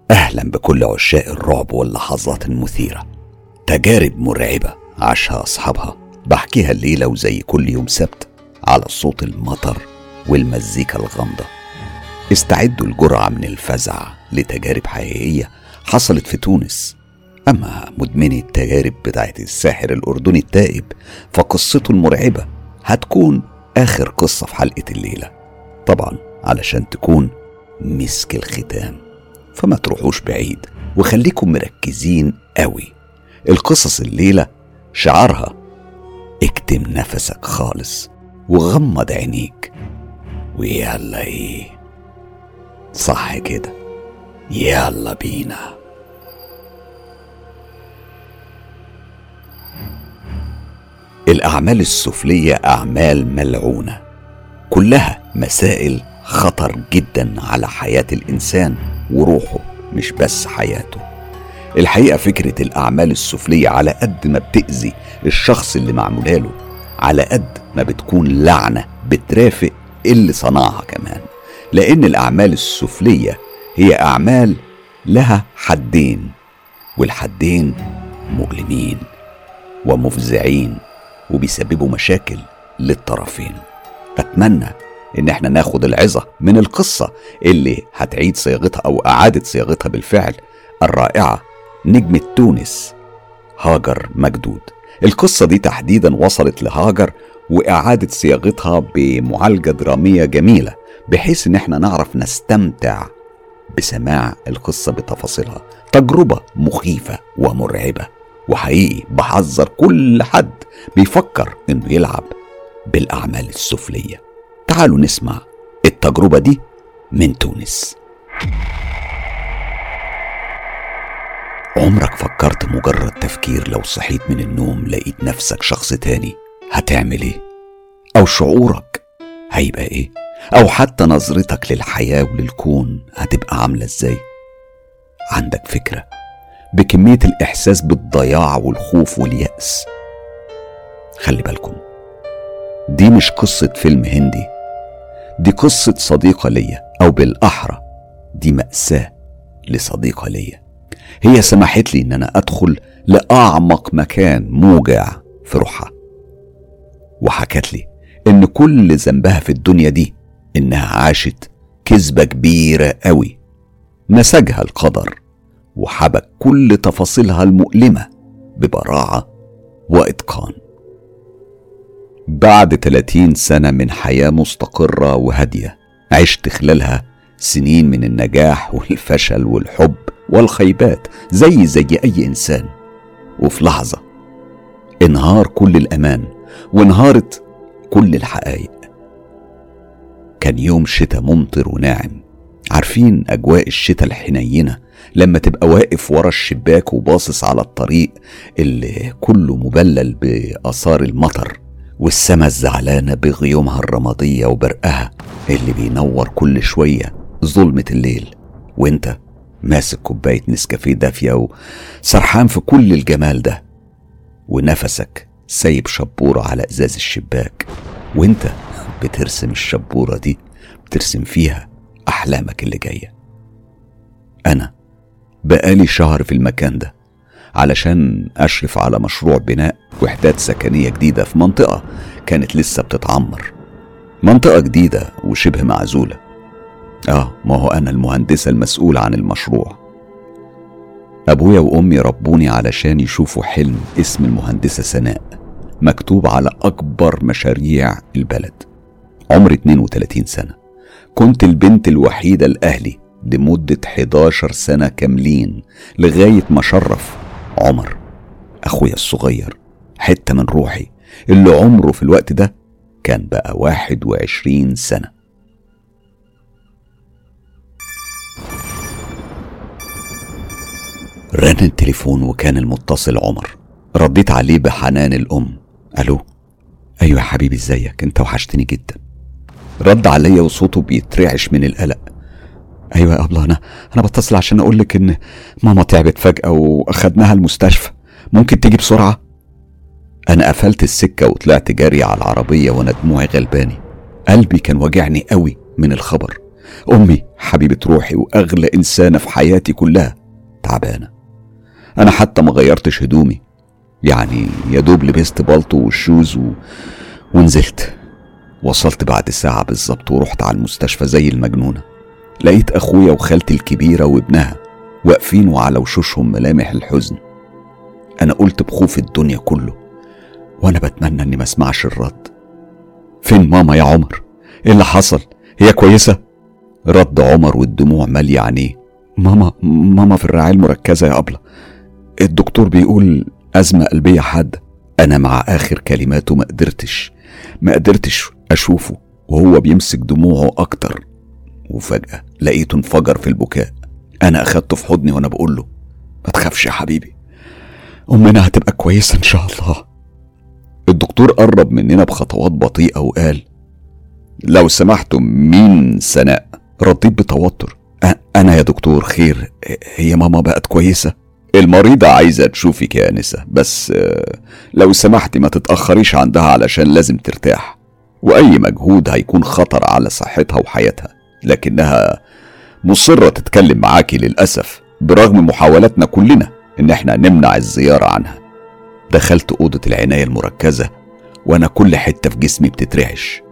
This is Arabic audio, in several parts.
أهلا بكل عشاق الرعب واللحظات المثيرة. تجارب مرعبة عاشها أصحابها بحكيها الليلة وزي كل يوم سبت على صوت المطر والمزيكا الغامضة. استعدوا الجرعة من الفزع لتجارب حقيقية حصلت في تونس. أما مدمني التجارب بتاعت الساحر الأردني التائب فقصته المرعبة هتكون آخر قصة في حلقة الليلة، طبعا علشان تكون مسك الختام، فما تروحوش بعيد وخليكم مركزين قوي. القصص الليلة شعارها اكتم نفسك خالص وغمض عينيك ويلا ايه، صح كده، يلا بينا. الأعمال السفلية أعمال ملعونة، كلها مسائل خطر جدا على حياة الإنسان وروحه، مش بس حياته. الحقيقة فكرة الأعمال السفلية على قد ما بتأذي الشخص اللي معمولاله، على قد ما بتكون لعنة بترافق اللي صنعها كمان، لأن الأعمال السفلية هي أعمال لها حدين، والحدين مؤلمين ومفزعين وبيسببوا مشاكل للطرفين. أتمنى إن احنا ناخد العظة من القصة اللي هتعيد صياغتها أو أعادة صياغتها بالفعل الرائعة نجمة تونس هاجر مجدود. القصة دي تحديدا وصلت لهاجر وإعادة صياغتها بمعالجة درامية جميلة، بحيث إن احنا نعرف نستمتع بسماع القصة بتفاصيلها. تجربة مخيفة ومرعبة، وحقيقي بحذر كل حد بيفكر إنه يلعب بالأعمال السفلية. تعالوا نسمع التجربة دي من تونس. عمرك فكرت مجرد تفكير لو صحيت من النوم لقيت نفسك شخص تاني هتعمل ايه؟ او شعورك هيبقى ايه؟ او حتى نظرتك للحياة وللكون هتبقى عاملة ازاي؟ عندك فكرة بكمية الإحساس بالضياع والخوف واليأس؟ خلي بالكم، دي مش قصة فيلم هندي، دي قصة صديقة ليا، أو بالأحرى دي مأساة لصديقة ليا. هي سمحت لي إن أنا أدخل لأعمق مكان موجع في روحها، وحكت لي إن كل ذنبها في الدنيا دي إنها عاشت كذبة كبيرة قوي، نسجها القدر وحبك كل تفاصيلها المؤلمة ببراعة وإتقان. بعد 30 سنة من حياة مستقرة وهادية، عشت خلالها سنين من النجاح والفشل والحب والخيبات زي أي إنسان، وفي لحظة انهار كل الأمان وانهارت كل الحقائق. كان يوم شتاء ممطر وناعم. عارفين أجواء الشتاء الحنينة لما تبقى واقف ورا الشباك وباصص على الطريق اللي كله مبلل بآثار المطر، والسما الزعلانة بغيومها الرمادية وبرقها اللي بينور كل شوية ظلمة الليل، وانت ماسك كوباية نسكافيه دافية وسرحان في كل الجمال ده، ونفسك سايب شبورة على ازاز الشباك، وانت بترسم الشبورة دي، بترسم فيها أحلامك اللي جاية. أنا بقالي شهر في المكان ده علشان أشرف على مشروع بناء وحدات سكنية جديدة في منطقة كانت لسه بتتعمر، منطقة جديدة وشبه معزولة. ما هو أنا المهندسة المسؤول عن المشروع. أبويا وأمي ربوني علشان يشوفوا حلم اسم المهندسة سناء مكتوب على أكبر مشاريع البلد. عمري 32 سنة، كنت البنت الوحيدة لأهلي لمدة 11 سنة كاملين، لغاية ما شرف عمر أخويا الصغير، حتة من روحي، اللي عمره في الوقت ده كان بقى 21 سنة. رن التليفون وكان المتصل عمر. رديت عليه بحنان الأم. ألو؟ أيوة يا حبيبي، ازيك؟ انت وحشتني جدا. رد عليا وصوته بيترعش من القلق. ايوه يا ابله، انا بتصل عشان اقولك ان ماما تعبت فجأة واخدناها المستشفى، ممكن تيجي بسرعة؟ انا قفلت السكة وطلعت جاري على العربية وانا دموعي غلباني. قلبي كان وجعني قوي من الخبر، أمي حبيبة روحي وأغلى إنسانة في حياتي كلها تعبانة. أنا حتى ما غيرتش هدومي، يعني يا دوب لبست بالطو والشوز ونزلت. وصلت بعد ساعة بالظبط ورحت على المستشفى زي المجنونة. لقيت أخويا وخالتي الكبيرة وابنها واقفين وعلى وشوشهم ملامح الحزن. أنا قلت بخوف الدنيا كله وأنا بتمنى إني ما اسمعش الرد: فين ماما يا عمر؟ إيه اللي حصل؟ هي كويسة؟ رد عمر والدموع مالية عينيه: ماما في الرعاية المركزة يا أبلة، الدكتور بيقول أزمة قلبية حادة. أنا مع آخر كلماته ما قدرتش أشوفه وهو بيمسك دموعه أكتر، وفجأة لقيته انفجر في البكاء. أنا أخدته في حضني وأنا بقول له: ما تخافش يا حبيبي، أمنا هتبقى كويسة إن شاء الله. الدكتور قرب مننا بخطوات بطيئة وقال: لو سمحتم، مين سناء؟ رديت بتوتر: أنا يا دكتور. خير، هي ماما بقت كويسة؟ المريضة عايزة تشوفك يا أنسة، بس لو سمحتي ما تتأخريش عندها علشان لازم ترتاح، وأي مجهود هيكون خطر على صحتها وحياتها، لكنها مصرة تتكلم معاكي للأسف برغم محاولاتنا كلنا إن احنا نمنع الزيارة عنها. دخلت أوضة العناية المركزة وأنا كل حتة في جسمي بتترعش.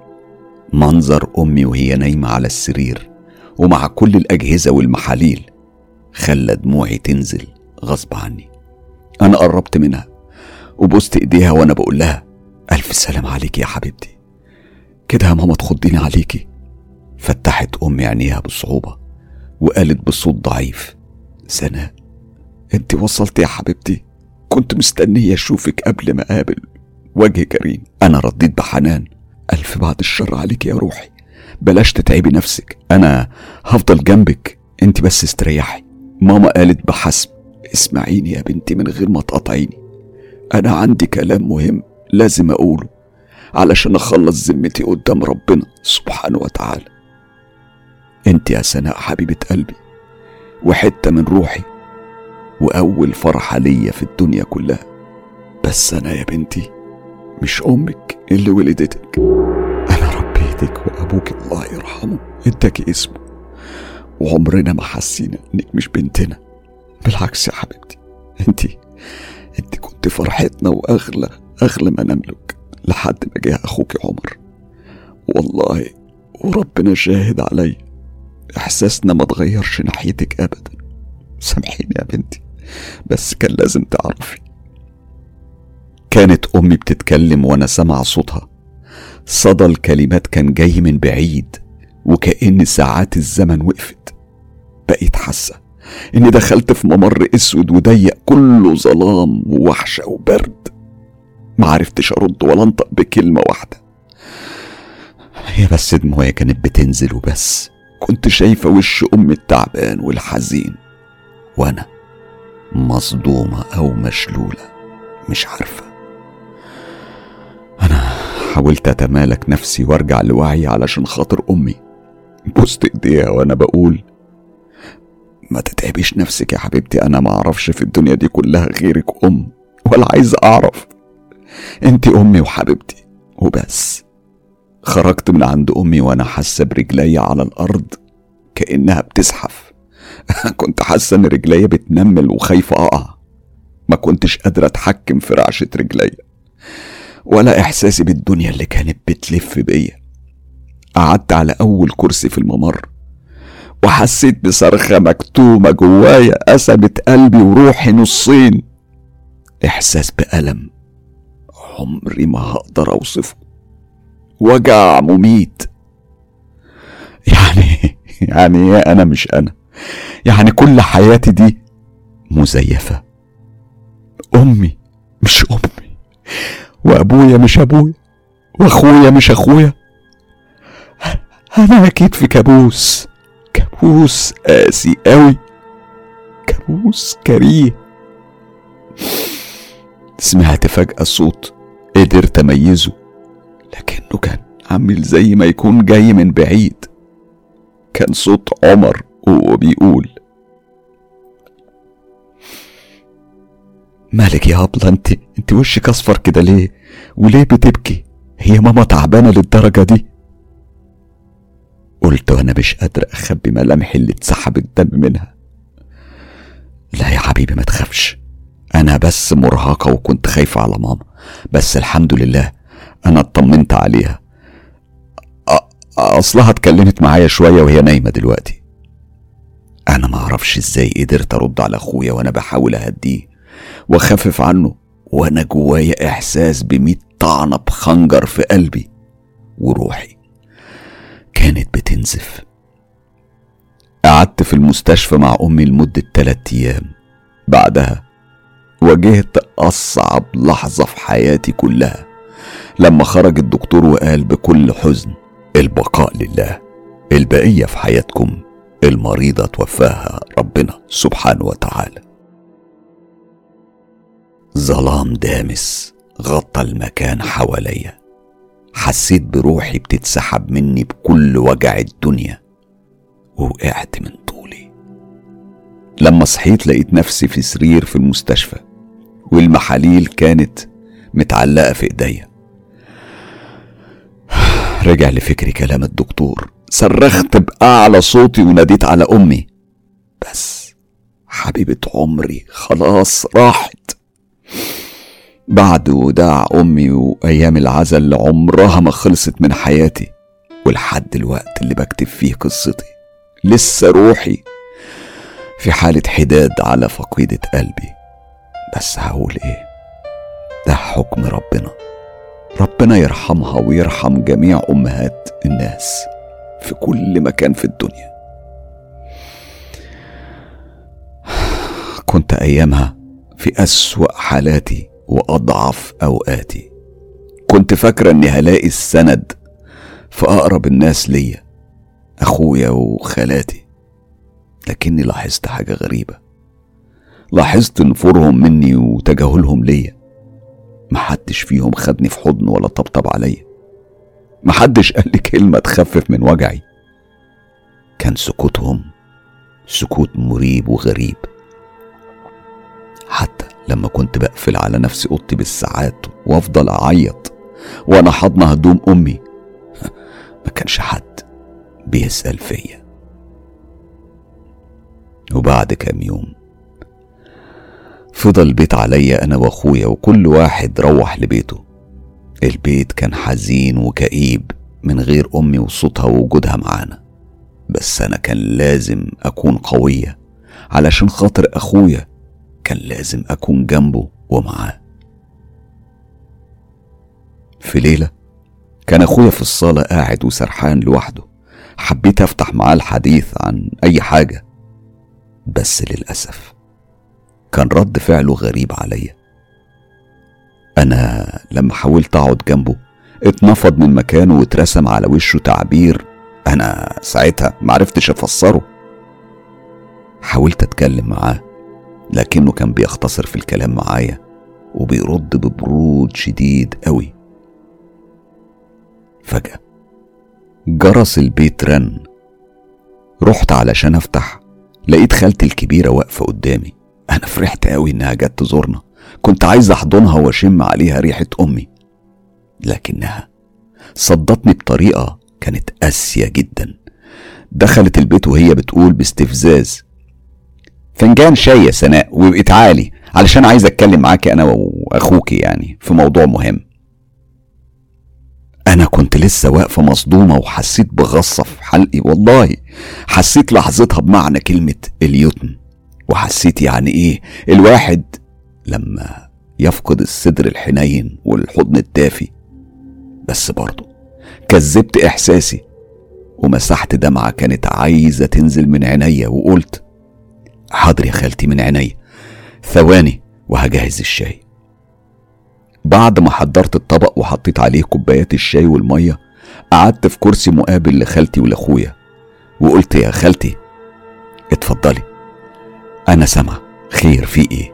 منظر أمي وهي نايمة على السرير ومع كل الأجهزة والمحاليل خلى دموعي تنزل غصب عني. أنا قربت منها وبوست إيديها وأنا بقول لها: ألف سلام عليكي يا حبيبتي، كده يا ماما تخضيني عليكي. فتحت أمي عينيها بصعوبة وقالت بصوت ضعيف: سناء، انت وصلت يا حبيبتي، كنت مستنية أشوفك قبل ما أقابل وجه كريم. أنا رديت بحنان: ألف بعد الشر عليك يا روحي، بلاش تتعبي نفسك، أنا هفضل جنبك، انت بس استريحي. ماما قالت بحسب: اسمعيني يا بنتي من غير ما تقطعيني، أنا عندي كلام مهم لازم أقوله علشان أخلص ذمتي قدام ربنا سبحانه وتعالى. انت يا سناء حبيبة قلبي وحتة من روحي وأول فرحة ليا في الدنيا كلها، بس أنا يا بنتي مش أمك اللي ولدتك، أنا ربيتك وأبوك الله يرحمه اداكي اسمه، وعمرنا ما حسينا إنك مش بنتنا. بالعكس يا حبيبتي، انت كنت فرحتنا وأغلى ما نملك لحد ما جه أخوك عمر. والله وربنا شاهد علي، إحساسنا ما تغيرش ناحيتك أبدا. سامحيني يا بنتي، بس كان لازم تعرفي. كانت أمي بتتكلم وأنا سمع صوتها، صدى الكلمات كان جاي من بعيد وكأن ساعات الزمن وقفت. بقيت حاسة إني دخلت في ممر أسود وضيق كله ظلام ووحشة وبرد. معرفتش أرد ولا أنطق بكلمة واحدة، هي بس دموعي كانت بتنزل وبس. كنت شايفة وش أمي التعبان والحزين وأنا مصدومة أو مشلولة مش عارفة. أنا حاولت أتمالك نفسي وارجع لوعي علشان خاطر أمي. بوست إيديها وأنا بقول: ما تتعبيش نفسك يا حبيبتي، أنا ما أعرفش في الدنيا دي كلها غيرك ولا عايز أعرف، أنت أمي وحبيبتي وبس. خرجت من عند أمي وأنا حاسة برجلي على الأرض كأنها بتزحف. كنت حاسة إن رجلي بتنمل وخايفة أقع. ما كنتش قادرة أتحكم في رعشة رجلي ولا إحساسي بالدنيا اللي كانت بتلف بيا. قعدت على أول كرسي في الممر وحسيت بصرخة مكتومة جوايا قسمت قلبي وروحي نصين. إحساس بألم عمري ما هقدر أوصفه، وجع مميت. يعني أنا مش أنا، يعني كل حياتي دي مزيفة. أمي مش أمي، وأبويا مش أبويا، وأخويا مش أخويا. أنا أكيد في كابوس قاسي قوي، كابوس كريه. سمعت فجأة صوت قدرت أميزه، لكنه كان عامل زي ما يكون جاي من بعيد. كان صوت عمر وهو بيقول: مالك يا هبلة، انت وشك اصفر كده ليه؟ وليه بتبكي؟ هي ماما تعبانة للدرجة دي؟ قلت قلت وانا مش قادر اخبي ملامحي اللي اتسحب الدم منها: لا يا حبيبي ما تخافش، انا بس مرهقة وكنت خايفة على ماما، بس الحمد لله انا اطمنت عليها. اصلها اتكلمت معايا شوية وهي نايمة دلوقتي. انا ما اعرفش ازاي قدرت ارد على اخويا وانا بحاول اهديه واخفف عنه، وانا جوايا احساس ب100 طعنة بخنجر في قلبي، وروحي كانت بتنزف. قعدت في المستشفى مع امي لمدة 3 ايام. بعدها واجهت اصعب لحظة في حياتي كلها لما خرج الدكتور وقال بكل حزن: البقاء لله، البقية في حياتكم، المريضة توفاها ربنا سبحانه وتعالى. ظلام دامس غطى المكان حواليا، حسيت بروحي بتتسحب مني بكل وجع الدنيا، ووقعت من طولي. لما صحيت لقيت نفسي في سرير في المستشفى، والمحاليل كانت متعلقة في ايديا. رجع لفكري كلام الدكتور، صرخت بأعلى صوتي وناديت على أمي، بس حبيبة عمري خلاص راحت. بعد وداع أمي وأيام العزل اللي عمرها ما خلصت من حياتي، ولحد الوقت اللي بكتب فيه قصتي لسه روحي في حالة حداد على فقيدة قلبي. بس هقول ايه، ده حكم ربنا، ربنا يرحمها ويرحم جميع أمهات الناس في كل مكان في الدنيا. كنت أيامها في أسوأ حالاتي وأضعف أوقاتي. كنت فاكرة أني هلاقي السند في أقرب الناس ليا، أخويا وخالاتي، لكني لاحظت حاجة غريبة. لاحظت نفورهم مني وتجاهلهم ليا. محدش فيهم خدني في حضن ولا طبطب عليا، محدش قال لي كلمة تخفف من وجعي. كان سكوتهم سكوت مريب وغريب. حتى لما كنت بقفل على نفسي اوضتي بالساعات وافضل اعيط وانا حاضنه هدوم امي، ما كانش حد بيسأل فيا. وبعد كام يوم فضل البيت عليا انا واخويا، وكل واحد روح لبيته. البيت كان حزين وكئيب من غير امي وصوتها ووجودها معانا، بس انا كان لازم اكون قوية علشان خاطر اخويا، كان لازم اكون جنبه ومعاه. في ليلة كان اخويا في الصالة قاعد وسرحان لوحده. حبيت افتح معاه الحديث عن اي حاجة، بس للأسف كان رد فعله غريب عليا. انا لما حاولت اقعد جنبه اتنفض من مكانه واترسم على وشه تعبير انا ساعتها معرفتش افسره. حاولت اتكلم معاه لكنه كان بيختصر في الكلام معايا وبيرد ببرود شديد قوي. فجأة جرس البيت رن. رحت علشان افتح، لقيت خالتي الكبيرة واقفة قدامي. انا فرحت قوي انها جت تزورنا، كنت عايز احضنها واشم عليها ريحة امي، لكنها صدتني بطريقة كانت قاسية جدا. دخلت البيت وهي بتقول باستفزاز: فنجان شاي يا سناء وابقي تعالي علشان عايز اتكلم معاكي انا واخوكي يعني في موضوع مهم. انا كنت لسه واقفة مصدومة وحسيت بغصة في حلقي، والله حسيت لحظتها بمعنى كلمة اليتم، وحسيت يعني ايه الواحد لما يفقد الصدر الحنين والحضن الدافي. بس برضو كذبت احساسي ومسحت دمعة كانت عايزة تنزل من عينيا، وقلت: حاضر يا خالتي من عينيا، ثواني وهجهز الشاي. بعد ما حضرت الطبق وحطيت عليه كوبايات الشاي والمية، قعدت في كرسي مقابل لخالتي ولاخويا وقلت: يا خالتي اتفضلي، انا سامعة، خير في ايه؟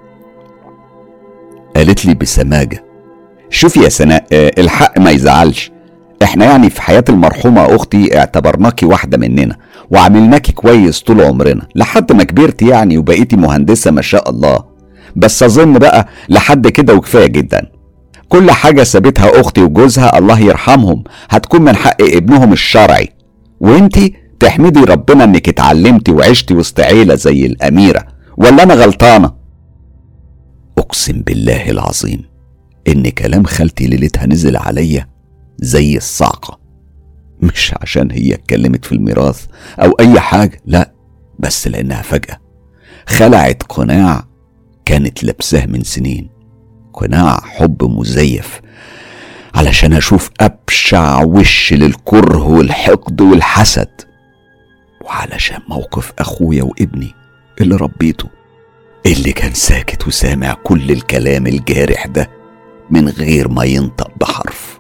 قالت لي بسماجة: شوفي يا سناء، الحق ما يزعلش، احنا يعني في حياة المرحومة اختي اعتبرناكي واحدة مننا وعملناكي كويس طول عمرنا لحد ما كبرتي يعني وبقيتي مهندسة ما شاء الله، بس اظن بقى لحد كده وكفاية جدا. كل حاجة سابتها اختي وجوزها الله يرحمهم هتكون من حق ابنهم الشرعي، وانتي تحمدي ربنا انك اتعلمتي وعشتي وسط عيلة زي الأميرة، ولا أنا غلطانة؟ أقسم بالله العظيم إن كلام خالتي ليلتها نزل عليا زي الصعقة، مش عشان هي اتكلمت في الميراث أو أي حاجة، لا، بس لأنها فجأة خلعت قناع كانت لابساه من سنين، قناع حب مزيف علشان أشوف أبشع وش للكره والحقد والحسد، وعلشان موقف أخويا وابني اللي ربيته، اللي كان ساكت وسامع كل الكلام الجارح ده من غير ما ينطق بحرف.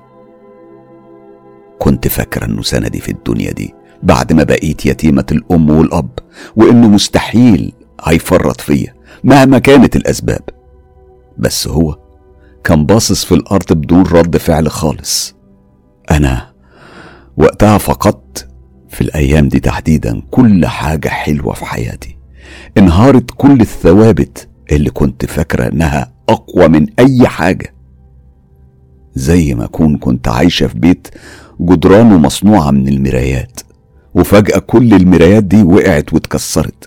كنت فاكرة انه سندي في الدنيا دي بعد ما بقيت يتيمة الأم والأب، وانه مستحيل هيفرط فيا مهما كانت الأسباب، بس هو كان باصص في الأرض بدون رد فعل خالص. أنا وقتها فقدت في الأيام دي تحديدا كل حاجة حلوة في حياتي، انهارت كل الثوابت اللي كنت فاكرة انها أقوى من أي حاجة، زي ما كنت عايشة في بيت جدرانه مصنوعة من المرايات، وفجأة كل المرايات دي وقعت واتكسرت،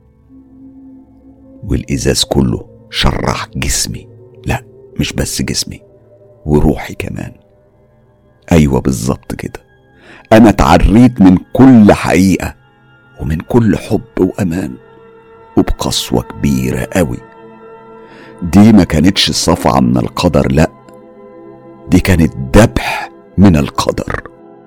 والإزاز كله شرح جسمي، لا مش بس جسمي، وروحي كمان. أيوة بالظبط كده، أنا اتعريت من كل حقيقة ومن كل حب وأمان، وبقسوة كبيرة قوي. دي ما كانتش صفعة من القدر، لا، دي كانت ذبح من القدر.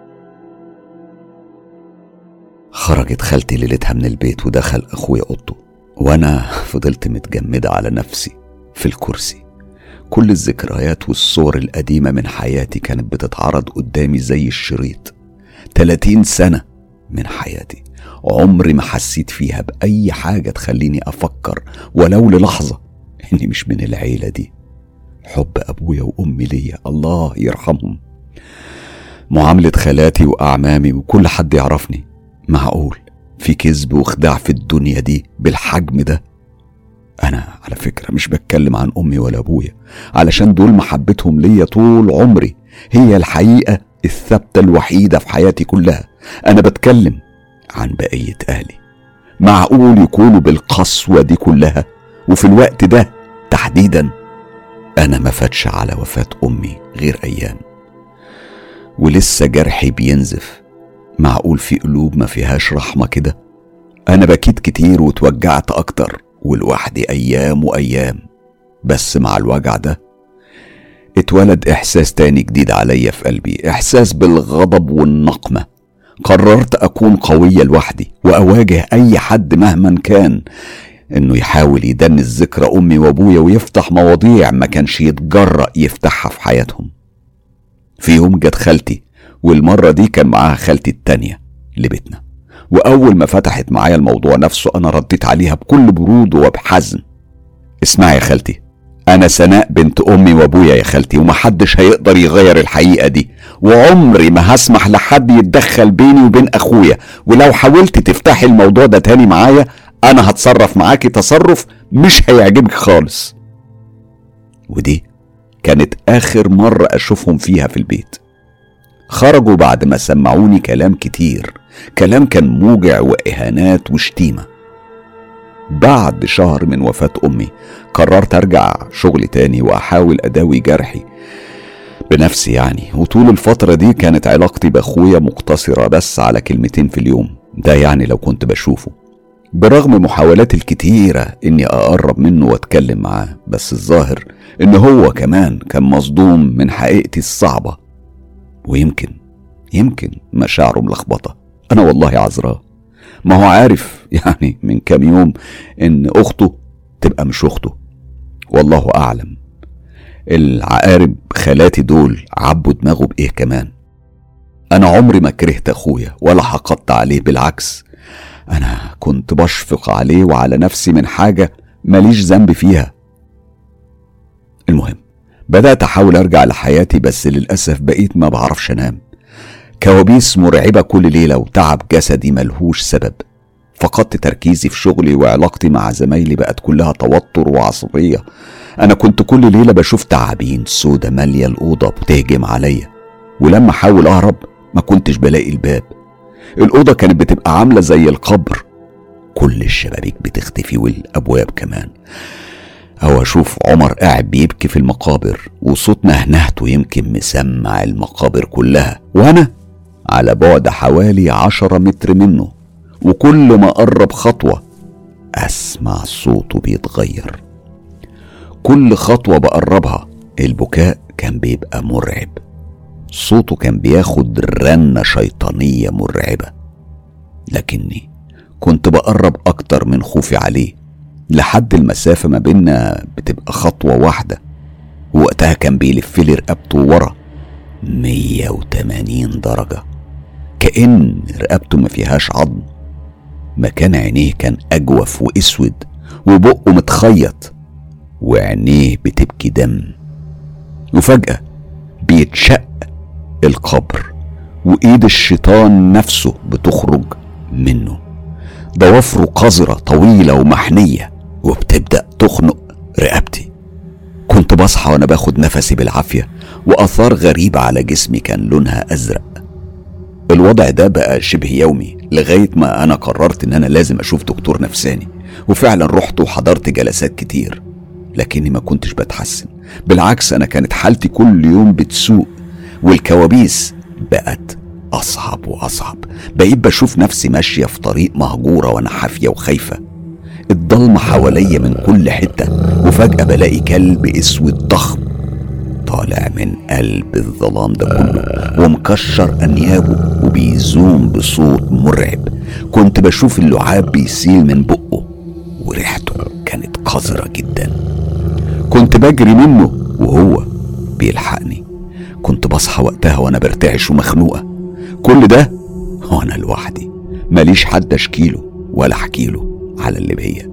خرجت خالتي ليلتها من البيت ودخل أخويا أوضته، وأنا فضلت متجمدة على نفسي في الكرسي. كل الذكريات والصور القديمة من حياتي كانت بتتعرض قدامي زي الشريط. 30 سنة من حياتي عمري ما حسيت فيها بأي حاجة تخليني أفكر ولو للحظة إني مش من العيلة دي. حب أبويا وأمي ليا الله يرحمهم، معاملة خالاتي وأعمامي وكل حد يعرفني، معقول في كذب وخداع في الدنيا دي بالحجم ده؟ أنا على فكرة مش بتكلم عن أمي ولا أبويا، علشان دول محبتهم ليا طول عمري هي الحقيقة الثابتة الوحيدة في حياتي كلها. أنا بتكلم عن بقية أهلي، معقول يكونوا بالقسوة دي كلها وفي الوقت ده تحديدا؟ أنا ما فاتش على وفاة أمي غير أيام ولسه جرحي بينزف. معقول في قلوب ما فيهاش رحمة كده؟ أنا بكيت كتير وتوجعت أكتر ولوحدي أيام وأيام، بس مع الوجع ده اتولد إحساس تاني جديد عليا في قلبي، إحساس بالغضب والنقمة. قررت أكون قوية لوحدي وأواجه أي حد مهما كان إنه يحاول يدنس ذكرى أمي وأبويا ويفتح مواضيع ما كانش يتجرأ يفتحها في حياتهم. في يوم جت خالتي، والمرة دي كان معاها خالتي التانية لبيتنا، وأول ما فتحت معايا الموضوع نفسه أنا رديت عليها بكل برود وبحزم. اسمعي يا خالتي، أنا سناء بنت أمي وأبويا يا خالتي، ومحدش هيقدر يغير الحقيقة دي، وعمري ما هسمح لحد يتدخل بيني وبين أخويا، ولو حاولت تفتحي الموضوع ده تاني معايا أنا هتصرف معاكي تصرف مش هيعجبك خالص. ودي كانت آخر مرة أشوفهم فيها في البيت. خرجوا بعد ما سمعوني كلام كتير، كلام كان موجع وإهانات وشتيمة. بعد شهر من وفاة أمي قررت أرجع شغلي تاني وأحاول أداوي جرحي بنفسي يعني، وطول الفترة دي كانت علاقتي بأخويا مقتصرة بس على كلمتين في اليوم، ده يعني لو كنت بشوفه، برغم محاولاتي الكتيرة إني أقرب منه وأتكلم معاه، بس الظاهر إن هو كمان كان مصدوم من حقيقتي الصعبة، ويمكن مشاعره ملخبطة. أنا والله عذراه، ما هو عارف يعني من كام يوم إن أخته تبقى مش أخته، والله أعلم. العقارب خالاتي دول عبوا دماغه بإيه كمان. أنا عمري ما كرهت أخويا ولا حقدت عليه، بالعكس أنا كنت بشفق عليه وعلى نفسي من حاجة ماليش ذنب فيها. المهم بدأت أحاول أرجع لحياتي، بس للأسف بقيت ما بعرفش أنام، كوابيس مرعبة كل ليلة وتعب جسدي ملهوش سبب. فقدت تركيزي في شغلي، وعلاقتي مع زمايلي بقت كلها توتر وعصبية. أنا كنت كل ليلة بشوف تعابين سودة مالية الأوضة بتهجم عليا، ولما أحاول أهرب ما كنتش بلاقي الباب. الأوضة كانت بتبقى عاملة زي القبر، كل الشبابيك بتختفي والأبواب كمان. أو أشوف عمر قاعد بيبكي في المقابر وصوت نهنهته يمكن مسمع المقابر كلها، وأنا على بعد حوالي 10 متر منه، وكل ما أقرب خطوة أسمع صوته بيتغير. كل خطوة بقربها البكاء كان بيبقى مرعب، صوته كان بياخد رنة شيطانية مرعبة، لكني كنت بقرب أكتر من خوفي عليه، لحد المسافة ما بيننا بتبقى خطوة واحدة، ووقتها كان بيلفلي رقبته ورا 180 درجة، كأن رقبته ما فيهاش عظم. مكان عينيه كان أجوف وأسود، وبقه متخيط، وعينيه بتبكي دم. وفجأة بيتشق القبر، وإيد الشيطان نفسه بتخرج منه، ضوافره قذرة طويلة ومحنية، وبتبدأ تخنق رقبتي. كنت بصحى وأنا باخد نفسي بالعافية، وآثار غريبة على جسمي كان لونها أزرق. الوضع ده بقى شبه يومي لغاية ما أنا قررت إن أنا لازم أشوف دكتور نفساني، وفعلا رحت وحضرت جلسات كتير، لكني ما كنتش بتحسن. بالعكس، أنا كانت حالتي كل يوم بتسوء، والكوابيس بقت أصعب وأصعب. بقيت بشوف نفسي ماشية في طريق مهجورة وأنا حافية وخايفة، الضلمة حواليا من كل حتة، وفجأة بلاقي كلب أسود ضخم طالع من قلب الظلام ده كله، ومكشر أنيابه وبيزوم بصوت مرعب. كنت بشوف اللعاب بيسيل من بقه، وريحته كانت قذرة جدا. كنت بجري منه وهو بيلحقني. كنت بصحى وقتها وانا برتعش ومخنوقة، كل ده وانا لوحدي، ماليش حد اشكيله ولا احكيله على اللي بيا.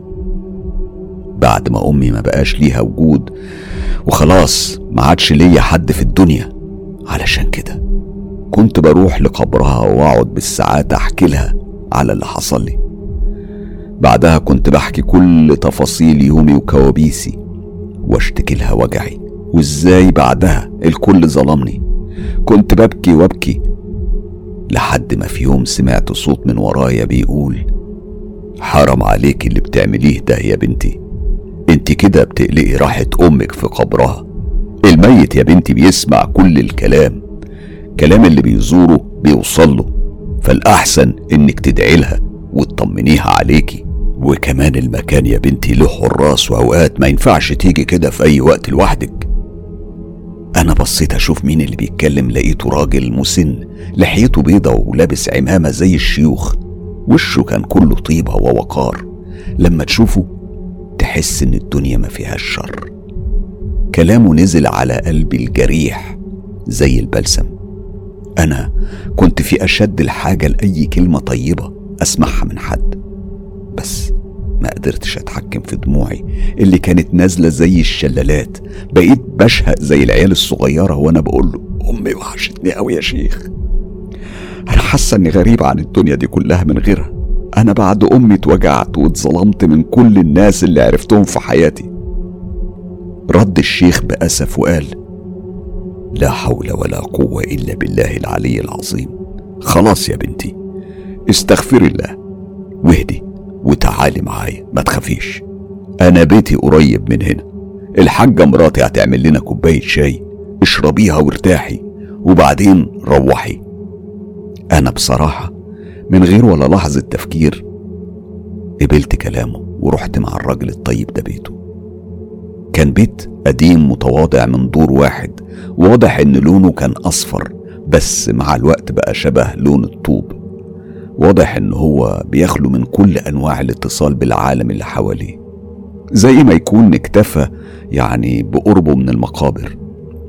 بعد ما امي ما بقاش ليها وجود وخلاص ما عادش ليا حد في الدنيا، علشان كده كنت بروح لقبرها واقعد بالساعات احكي لها على اللي حصل لي. بعدها كنت بحكي كل تفاصيل يومي وكوابيسي، واشتكي لها وجعي وازاي بعدها الكل ظلمني. كنت ببكي وابكي لحد ما في يوم سمعت صوت من ورايا بيقول: حرام عليك اللي بتعمليه ده يا بنتي، انت كده بتقلقي راحة امك في قبرها. الميت يا بنتي بيسمع كل الكلام اللي بيزوره بيوصله، فالأحسن انك تدعي لها وتطمنيها عليكي. وكمان المكان يا بنتي له حراس، واوقات ما ينفعش تيجي كده في اي وقت لوحدك. انا بصيت اشوف مين اللي بيتكلم، لقيته راجل مسن، لحيته بيضة ولابس عمامة زي الشيوخ، وشه كان كله طيبة ووقار. لما تشوفه تحس ان الدنيا ما فيهاش شر. كلامه نزل على قلبي الجريح زي البلسم. انا كنت في اشد الحاجة لأي كلمة طيبة اسمعها من حد، بس ما قدرتش اتحكم في دموعي اللي كانت نازلة زي الشلالات. بقيت بشهق زي العيال الصغيرة وانا بقول له: امي وحشتني قوي يا شيخ، انا حاسة اني غريب عن الدنيا دي كلها من غيرها. انا بعد امي اتوجعت واتظلمت من كل الناس اللي عرفتهم في حياتي. رد الشيخ بأسف وقال: لا حول ولا قوة الا بالله العلي العظيم. خلاص يا بنتي، استغفري الله واهدي وتعالي معايا، ما تخافيش، انا بيتي قريب من هنا، الحاجة مراتي هتعمل لنا كوباية شاي، اشربيها وارتاحي وبعدين روحي. انا بصراحة من غير ولا لحظة تفكير قبلت كلامه ورحت مع الراجل الطيب ده بيته. كان بيت قديم متواضع من دور واحد، واضح ان لونه كان اصفر، بس مع الوقت بقى شبه لون الطوب. واضح ان هو بيخلو من كل انواع الاتصال بالعالم اللي حواليه، زي ما يكون اكتفى يعني بقربه من المقابر.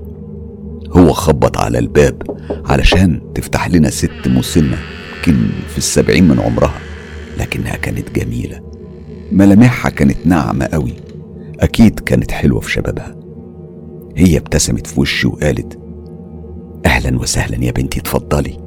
هو خبط على الباب علشان تفتح لنا ست مسنة يمكن في 70 من عمرها، لكنها كانت جميلة، ملامحها كانت ناعمة قوي، اكيد كانت حلوة في شبابها. هي ابتسمت في وشي وقالت: اهلا وسهلا يا بنتي، اتفضلي.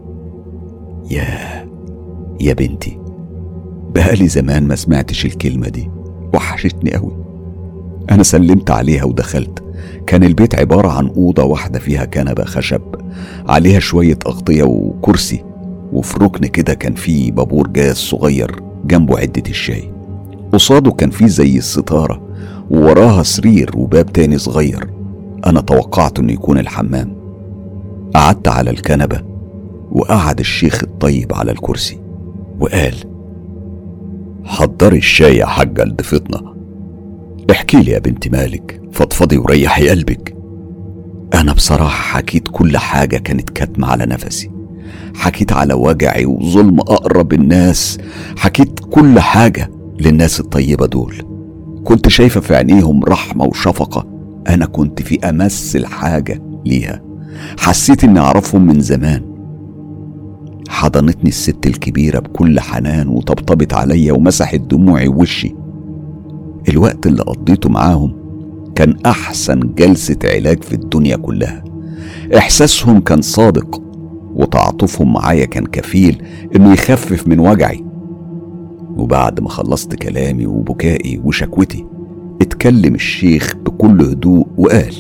يا بنتي، بقالي زمان ما سمعتش الكلمة دي، وحشتني قوي. انا سلمت عليها ودخلت. كان البيت عبارة عن أوضة واحدة فيها كنبة خشب عليها شوية أغطية وكرسي، وفي ركن كده كان فيه بابور جاز صغير جنبه عدة الشاي. قصاده كان فيه زي الستارة ووراها سرير وباب تاني صغير. أنا توقعت إنه يكون الحمام. قعدت على الكنبة وقعد الشيخ الطيب على الكرسي وقال: حضري الشاي يا حاجة لضيفتنا. احكي لي يا بنت مالك، فضفضي وريحي قلبك. أنا بصراحة حكيت كل حاجة كانت كاتمة على نفسي، حكيت على وجعي وظلم أقرب الناس، حكيت كل حاجة للناس الطيبة دول. كنت شايفة في عينيهم رحمة وشفقة. أنا كنت في أمس الحاجة ليها. حسيت إني أعرفهم من زمان. حضنتني الست الكبيرة بكل حنان وطبطبت عليا ومسحت دموعي ووشي. الوقت اللي قضيته معاهم كان أحسن جلسة علاج في الدنيا كلها. إحساسهم كان صادق وتعاطفهم معايا كان كفيل إنه يخفف من وجعي. وبعد ما خلصت كلامي وبكائي وشكوتي، اتكلم الشيخ بكل هدوء وقال: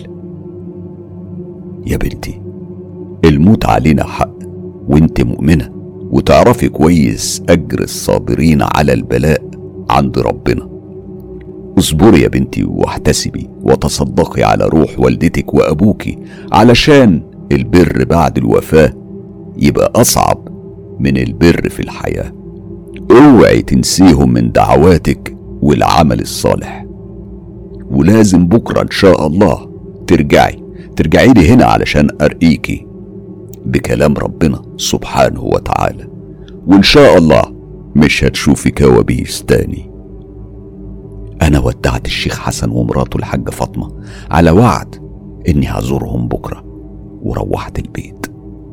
يا بنتي، الموت علينا حق، وانت مؤمنة وتعرفي كويس أجر الصابرين على البلاء عند ربنا. اصبري يا بنتي واحتسبي وتصدقي على روح والدتك وأبوكي، علشان البر بعد الوفاة يبقى أصعب من البر في الحياة. اوعي تنسيهم من دعواتك والعمل الصالح. ولازم بكرة إن شاء الله ترجعي لي هنا علشان أرقيكي بكلام ربنا سبحانه وتعالى، وإن شاء الله مش هتشوفي كوابيس تاني. أنا ودعت الشيخ حسن ومراته الحاجة فاطمة على وعد إني هزورهم بكرة، وروحت البيت.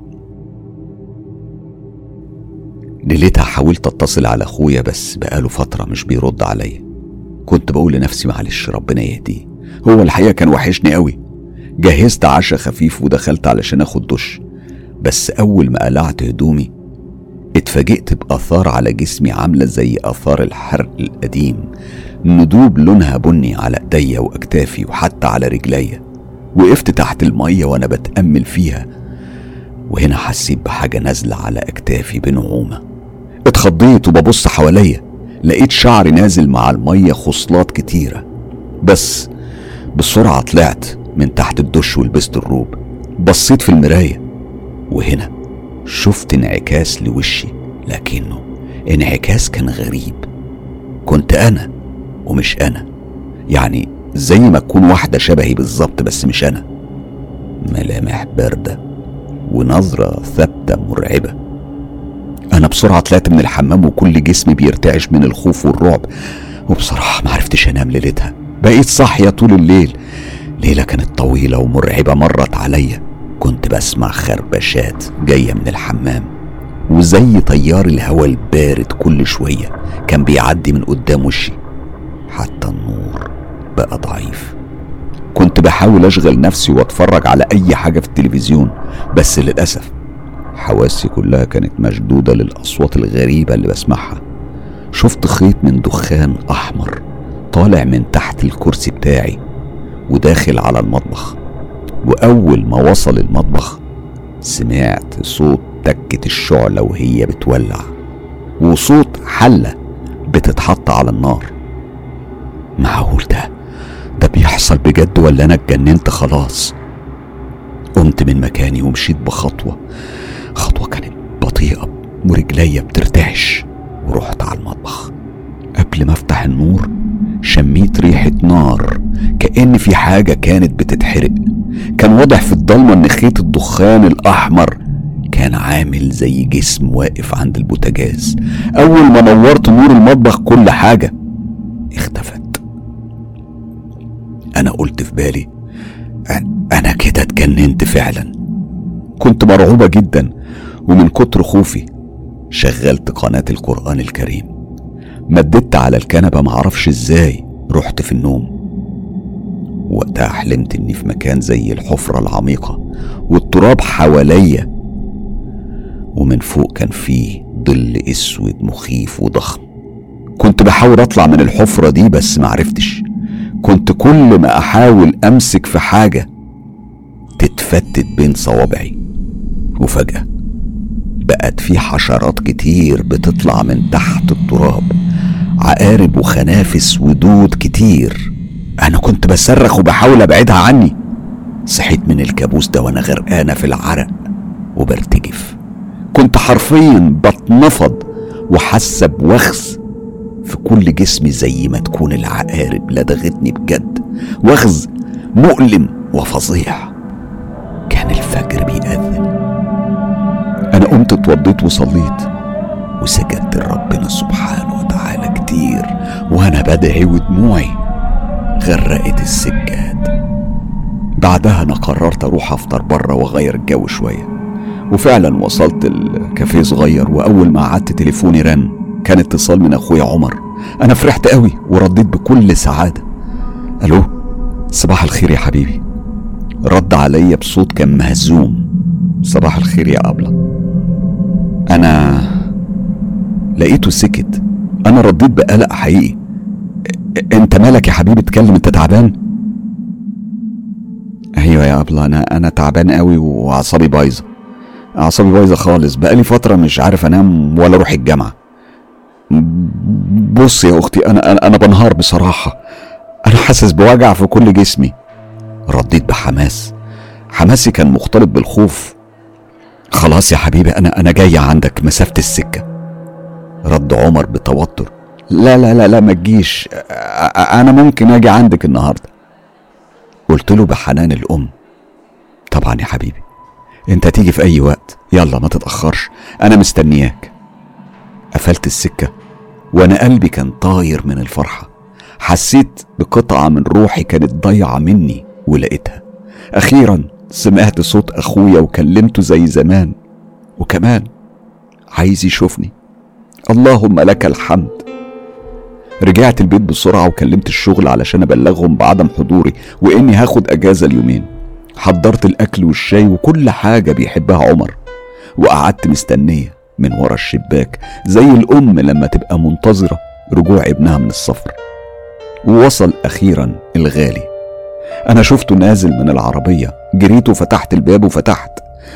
ليلتها حاولت اتصل على اخويا بس بقاله فترة مش بيرد عليا. كنت بقول لنفسي معلش ربنا يهديه، هو الحقيقة كان وحشني قوي. جهزت عشاء خفيف ودخلت علشان اخد دش، بس اول ما قلعت هدومي اتفاجئت بآثار على جسمي عاملة زي آثار الحرق القديم، ندوب لونها بني على ايديا واكتافي وحتى على رجليا. وقفت تحت المية وانا بتأمل فيها، وهنا حسيت بحاجة نازلة على اكتافي بنعومة. اتخضيت وببص حواليا، لقيت شعري نازل مع المية خصلات كتيرة. بس بسرعة طلعت من تحت الدش ولبست الروب. بصيت في المراية وهنا شفت انعكاس لوشي، لكنه انعكاس كان غريب. كنت أنا ومش أنا، يعني زي ما تكون واحدة شبهي بالظبط بس مش أنا. ملامح باردة ونظرة ثابتة مرعبة. أنا بسرعة طلعت من الحمام وكل جسمي بيرتعش من الخوف والرعب، وبصراحة معرفتش أنام ليلتها. بقيت صاحية طول الليل. ليلة كانت طويلة ومرعبة مرت عليا. كنت بسمع خربشات جاية من الحمام، وزي تيار الهواء البارد كل شوية كان بيعدي من قدام وشي. حتى النور بقى ضعيف. كنت بحاول أشغل نفسي واتفرج على أي حاجة في التلفزيون، بس للأسف حواسي كلها كانت مشدودة للأصوات الغريبة اللي بسمعها. شفت خيط من دخان أحمر طالع من تحت الكرسي بتاعي وداخل على المطبخ. وأول ما وصل المطبخ سمعت صوت تكة الشعلة وهي بتولع، وصوت حلة بتتحط على النار. معقول ده بيحصل بجد ولا أنا اتجننت خلاص؟ قمت من مكاني ومشيت بخطوة كانت بطيئة ورجليا بترتعش، ورحت على المطبخ. قبل ما افتح النور شميت ريحة نار، كأن في حاجة كانت بتتحرق. كان واضح في الضلمة ان خيط الدخان الأحمر كان عامل زي جسم واقف عند البوتاجاز. أول ما نورت نور المطبخ كل حاجة اختفت. أنا قلت في بالي أنا كده اتجننت فعلا. كنت مرعوبة جدا، ومن كتر خوفي شغلت قناة القرآن الكريم. مددت على الكنبة، معرفش ازاي رحت في النوم. وقتها حلمت اني في مكان زي الحفرة العميقة والتراب حواليا، ومن فوق كان فيه ظل اسود مخيف وضخم. كنت بحاول اطلع من الحفرة دي بس معرفتش. كنت كل ما احاول امسك في حاجة تتفتت بين صوابعي، وفجأة بقت فيه حشرات كتير بتطلع من تحت التراب، عقارب وخنافس ودود كتير. انا كنت بصرخ وبحاول ابعدها عني. صحيت من الكابوس ده وانا غرقانة في العرق وبرتجف، كنت حرفيا بتنفض وحاسة بوخز في كل جسمي، زي ما تكون العقارب لدغتني بجد، وخز مؤلم وفظيع. كان الفجر بيأذن. انا قمت اتوضيت وصليت وسجدت لربنا سبحانه وتعالى كتير وانا بدعي ودموعي غرقت السجاد. بعدها انا قررت اروح افطر بره واغير الجو شويه، وفعلا وصلت الكافيه صغير، واول ما قعدت تليفوني رن، كان اتصال من اخويا عمر. انا فرحت قوي ورديت بكل سعاده. الو، صباح الخير يا حبيبي. رد عليا بصوت كان مهزوم. صباح الخير يا أبلة. انا لقيته سكت. انا رديت بقلق حقيقي. انت مالك يا حبيبي؟ اتكلم، انت تعبان؟ ايوه يا أبلة، انا تعبان قوي واعصابي بايظه، اعصابي بايظه خالص، بقالي فتره مش عارف انام ولا اروح الجامعه. بص يا اختي، انا بنهار بصراحه، انا حاسس بوجع في كل جسمي. رديت بحماس، حماسي كان مختلط بالخوف. خلاص يا حبيبي، انا جاي عندك مسافه السكه. رد عمر بتوتر، لا لا لا لا ما تجيش، انا ممكن اجي عندك النهارده. قلت له بحنان الام، طبعا يا حبيبي، انت تيجي في اي وقت، يلا ما تتأخرش، انا مستنياك. قفلت السكة وانا قلبي كان طاير من الفرحة. حسيت بقطعة من روحي كانت ضايعة مني ولقيتها. اخيرا سمعت صوت اخويا وكلمته زي زمان، وكمان عايز يشوفني. اللهم لك الحمد. رجعت البيت بسرعة وكلمت الشغل علشان ابلغهم بعدم حضوري واني هاخد اجازة اليومين. حضرت الاكل والشاي وكل حاجة بيحبها عمر، وقعدت مستنية من ورا الشباك زي الام لما تبقى منتظرة رجوع ابنها من السفر. ووصل اخيرا الغالي. انا شفته نازل من العربية، جريت وفتحت الباب وفتحت.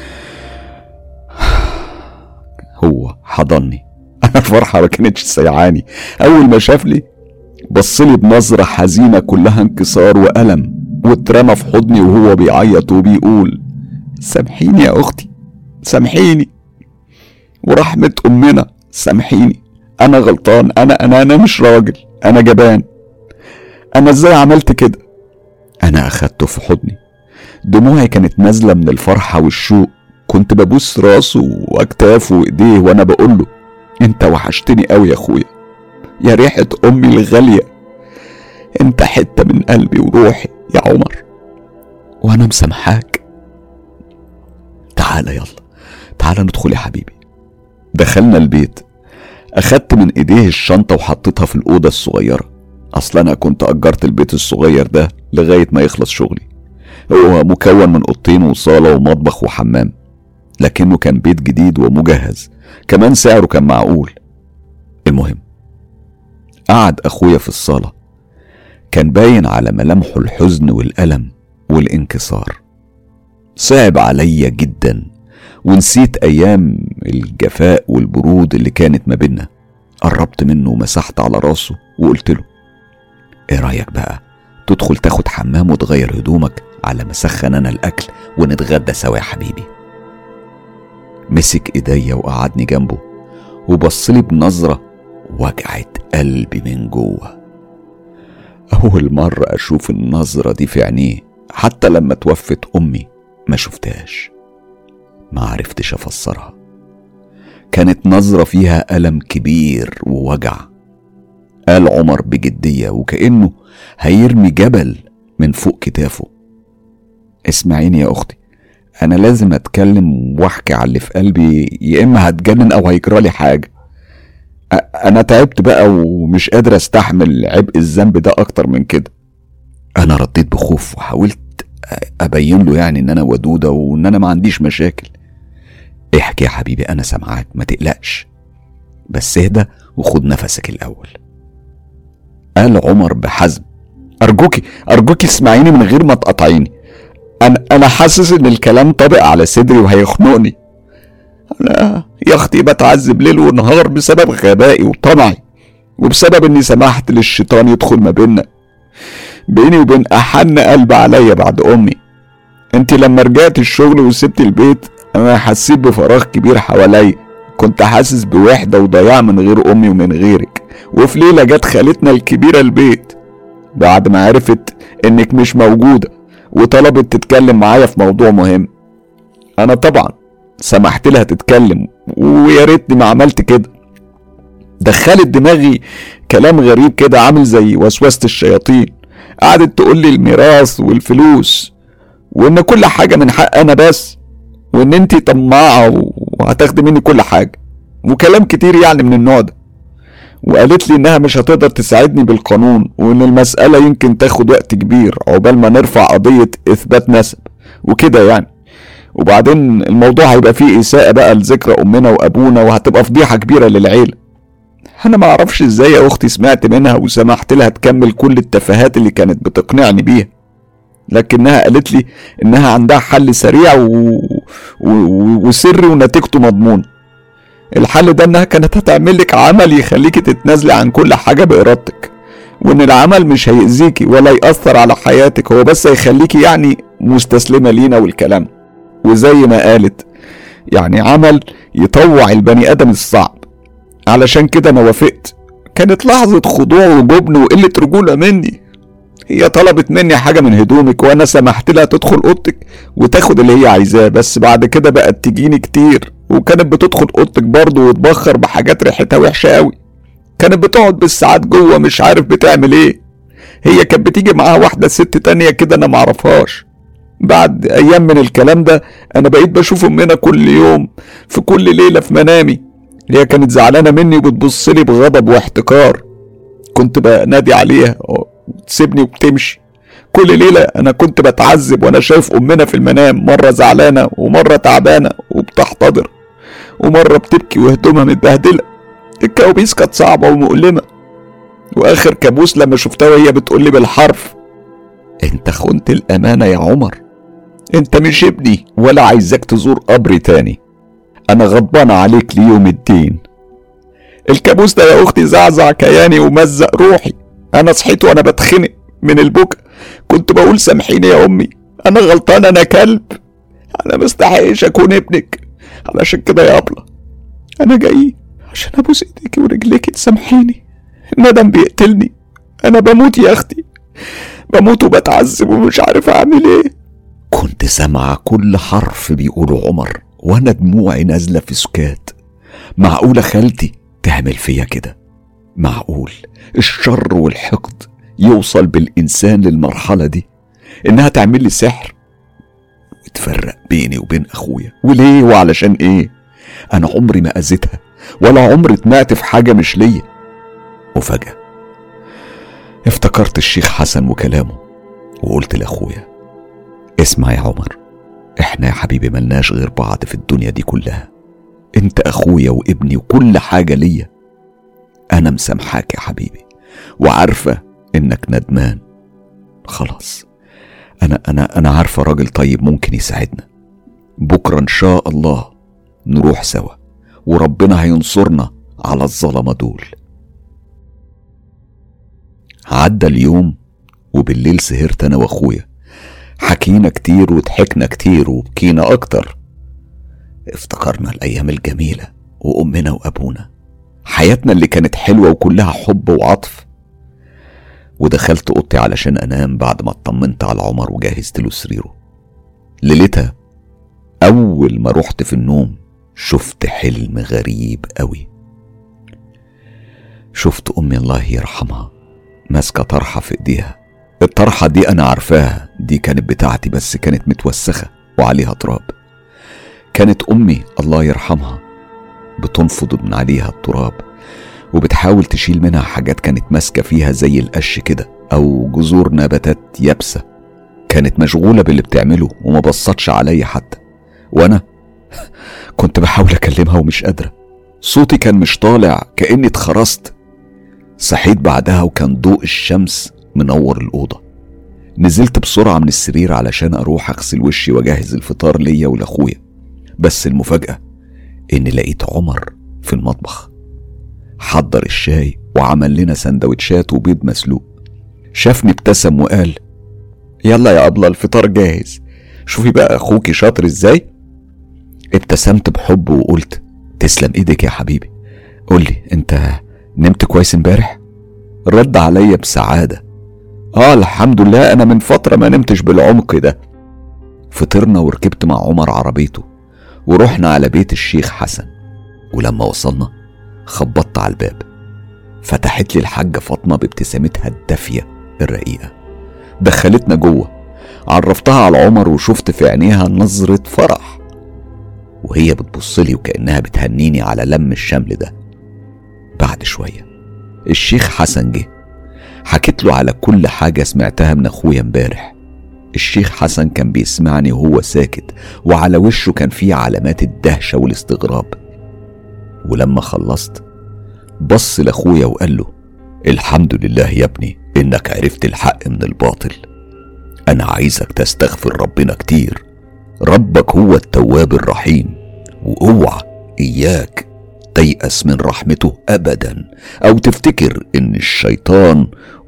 هو حضني. انا الفرحة ما كانتش سيعاني. اول ما شافني بصلي بنظرة حزينة كلها انكسار وألم، واترمى في حضني وهو بيعيط وبيقول سامحيني يا اختي، سامحيني ورحمة امنا سامحيني، انا غلطان، انا مش راجل، انا جبان، انا ازاي عملت كده؟ انا اخدته في حضني، دموعي كانت نازلة من الفرحة والشوق. كنت ببوس راسه واكتافه وايديه وانا بقوله انت وحشتني قوي يا اخويا، يا ريحة امي الغالية، انت حتة من قلبي وروحي يا عمر، وانا مسامحاك. تعالى يلا، تعالى ندخل يا حبيبي. دخلنا البيت، اخدت من ايديه الشنطة وحطيتها في الاوضة الصغيرة. اصلا انا كنت اجرت البيت الصغير ده لغاية ما يخلص شغلي. هو مكون من اوضتين وصالة ومطبخ وحمام، لكنه كان بيت جديد ومجهز، كمان سعره كان معقول. المهم قعد اخويا في الصالة، كان باين على ملامحه الحزن والألم والانكسار. صعب عليا جدا ونسيت ايام الجفاء والبرود اللي كانت ما بينا. قربت منه ومسحت على راسه وقلت له ايه رأيك بقى تدخل تاخد حمام وتغير هدومك على ما اسخن انا الاكل ونتغدى سوا يا حبيبي. مسك ايديا وقعدني جنبه وبصلي بنظرة وجعت قلبي من جوه. اول مرة اشوف النظرة دي في عينيه، حتى لما توفت امي ما شفتهاش، ما عرفتش افسرها. كانت نظرة فيها ألم كبير ووجع. قال عمر بجدية وكأنه هيرمي جبل من فوق كتافه، اسمعيني يا اختي، انا لازم اتكلم واحكي على اللي في قلبي، يا اما هتجنن او هيجرالي حاجة. انا تعبت بقى ومش قادر استحمل عبء الذنب ده اكتر من كده. انا رديت بخوف وحاولت ابين له يعني ان انا ودودة وان انا ما عنديش مشاكل. احكي يا حبيبي انا سامعاك، ما تقلقش، بس اهدى وخد نفسك الاول. قال عمر بحزم ارجوكي اسمعيني من غير ما تقطعيني. انا حاسس ان الكلام طابق على صدري وهيخنقني. أنا يا أختي بتعذب ليل ونهار بسبب غبائي وطمعي، وبسبب إني سمحت للشيطان يدخل ما بيني وبين أحن قلب عليا بعد أمي. انت لما رجعت الشغل وسبت البيت انا حسيت بفراغ كبير حواليا، كنت حاسس بوحدة وضياع من غير امي ومن غيرك. وفي ليلة جت خالتنا الكبيرة البيت بعد ما عرفت انك مش موجودة، وطلبت تتكلم معايا في موضوع مهم. انا طبعا سمحت لها تتكلم، ويا ريتني ما عملت كده. دخلت دماغي كلام غريب كده عامل زي وسوسة الشياطين، قعدت تقول لي الميراث والفلوس، وان كل حاجة من حق انا بس، وان انتي طماعة وهتاخدي مني كل حاجة، وكلام كتير يعني من النوع ده. وقالت لي انها مش هتقدر تساعدني بالقانون، وان المسألة يمكن تاخد وقت كبير عقبال ما نرفع قضية اثبات نسب وكده يعني. وبعدين الموضوع هيبقى فيه اساءة بقى لذكرى امنا وابونا، وهتبقى فضيحة كبيرة للعيلة. انا ما اعرفش ازاي يا اختي سمعت منها وسمحت لها تكمل كل التفاهات اللي كانت بتقنعني بيها، لكنها قالت لي انها عندها حل سريع وسري ونتيجته مضمون. الحل ده انها كانت هتعمل لك عمل يخليكي تتنازلي عن كل حاجة بإرادتك، وان العمل مش هيأذيكي ولا يأثر على حياتك، هو بس هيخليكي يعني مستسلمة لينا والكلام. وزي ما قالت يعني عمل يطوع البني ادم الصعب. علشان كده انا وافقت. كانت لحظة خضوع وجبن وقلة رجولة مني. هي طلبت مني حاجة من هدومك وانا سمحت لها تدخل اوضتك وتاخد اللي هي عايزاه، بس بعد كده بقت تجيني كتير، وكانت بتدخل اوضتك برضه وتبخر بحاجات ريحتها وحشة قوي. كانت بتقعد بالساعات جوه مش عارف بتعمل ايه. هي كانت بتيجي معاها واحدة ست تانية كده انا معرفهاش. بعد ايام من الكلام ده انا بقيت بشوف امنا كل يوم في كل ليلة في منامي. هي كانت زعلانة مني وبتبصلي بغضب واحتقار. كنت بنادي عليها تسيبني وبتمشي. كل ليلة انا كنت بتعذب وانا شايف امنا في المنام، مرة زعلانة ومرة تعبانة وبتحتضر، ومرة بتبكي وهدومها متبهدلة. الكوابيس كانت صعبة ومؤلمة، واخر كابوس لما شفتها وهي بتقولي بالحرف: انت خنت الامانة يا عمر، انت مش ابني ولا عايزك تزور قبري تاني، انا غضبان عليك ليوم الدين. الكابوس ده يا اختي زعزع كياني ومزق روحي. انا صحيت وانا بتخنق من البكا، كنت بقول سامحيني يا امي، انا غلطان، انا كلب، انا مستحقش اكون ابنك. علشان كده يا ابله انا جاي عشان ابوس ايديكي ورجليكي تسامحيني. الندم بيقتلني، انا بموت يا اختي، بموت وبتعذب ومش عارف اعمل ايه. كنت سامعة كل حرف بيقوله عمر وانا دموعي نازلة في سكات. معقولة خالتي تعمل فيا كده؟ معقول الشر والحقد يوصل بالإنسان للمرحلة دي؟ إنها تعمل لي سحر وتفرق بيني وبين أخويا؟ وليه وعلشان إيه؟ أنا عمري ما أذيتها ولا عمري طمعت في حاجة مش ليا. وفجأة افتكرت الشيخ حسن وكلامه، وقلت لأخويا: اسمع يا عمر، احنا يا حبيبي ملناش غير بعض في الدنيا دي كلها، انت أخويا وابني وكل حاجة ليا. أنا مسامحاك يا حبيبي وعارفة إنك ندمان. خلاص أنا عارفة راجل طيب ممكن يساعدنا. بكرة إن شاء الله نروح سوا وربنا هينصرنا على الظلمة دول. عدى اليوم وبالليل سهرت أنا وأخويا، حكينا كتير وضحكنا كتير وبكينا أكتر. افتكرنا الأيام الجميلة وأمنا وأبونا، حياتنا اللي كانت حلوة وكلها حب وعطف. ودخلت اوضتي علشان انام بعد ما اطمنت على عمر وجهزت له سريره. ليلتها اول ما رحت في النوم شفت حلم غريب قوي. شفت امي الله يرحمها ماسكة طرحة في ايديها. الطرحة دي انا عارفاها، دي كانت بتاعتي بس كانت متوسخة وعليها تراب. كانت امي الله يرحمها بتنفض من عليها التراب وبتحاول تشيل منها حاجات كانت ماسكة فيها زي القش كده أو جذور نباتات يابسة. كانت مشغولة باللي بتعمله وما بصتش عليا حتى، وأنا كنت بحاول أكلمها ومش قادرة. صوتي كان مش طالع، كأني اتخرست. صحيت بعدها وكان ضوء الشمس منور الأوضة. نزلت بسرعة من السرير علشان أروح أغسل وشي وأجهز الفطار ليا ولأخويا. بس المفاجأة إني لقيت عمر في المطبخ حضر الشاي وعمل لنا سندوتشات وبيض مسلوق. شافني ابتسم وقال: يلا يا أبلة الفطار جاهز، شوفي بقى أخوكي شاطر إزاي. ابتسمت بحب وقلت: تسلم إيدك يا حبيبي. قولي أنت نمت كويس امبارح؟ رد عليا بسعادة: الحمد لله، أنا من فترة ما نمتش بالعمق ده. فطرنا وركبت مع عمر عربيته ورحنا على بيت الشيخ حسن. ولما وصلنا خبطت على الباب، فتحت لي الحاجة فاطمة بابتسامتها الدافية الرقيقة. دخلتنا جوه، عرفتها على عمر وشفت في عينيها نظرة فرح وهي بتبصلي وكأنها بتهنيني على لم الشمل ده. بعد شوية الشيخ حسن جه، حكيت له على كل حاجة سمعتها من أخويا امبارح. الشيخ حسن كان بيسمعني وهو ساكت، وعلى وشه كان فيه علامات الدهشة والاستغراب. ولما خلصت بص لأخويا وقال له: الحمد لله يا ابني إنك عرفت الحق من الباطل. أنا عايزك تستغفر ربنا كتير، ربك هو التواب الرحيم، واوعى إياك تيأس من رحمته أبدا، أو تفتكر إن الشيطان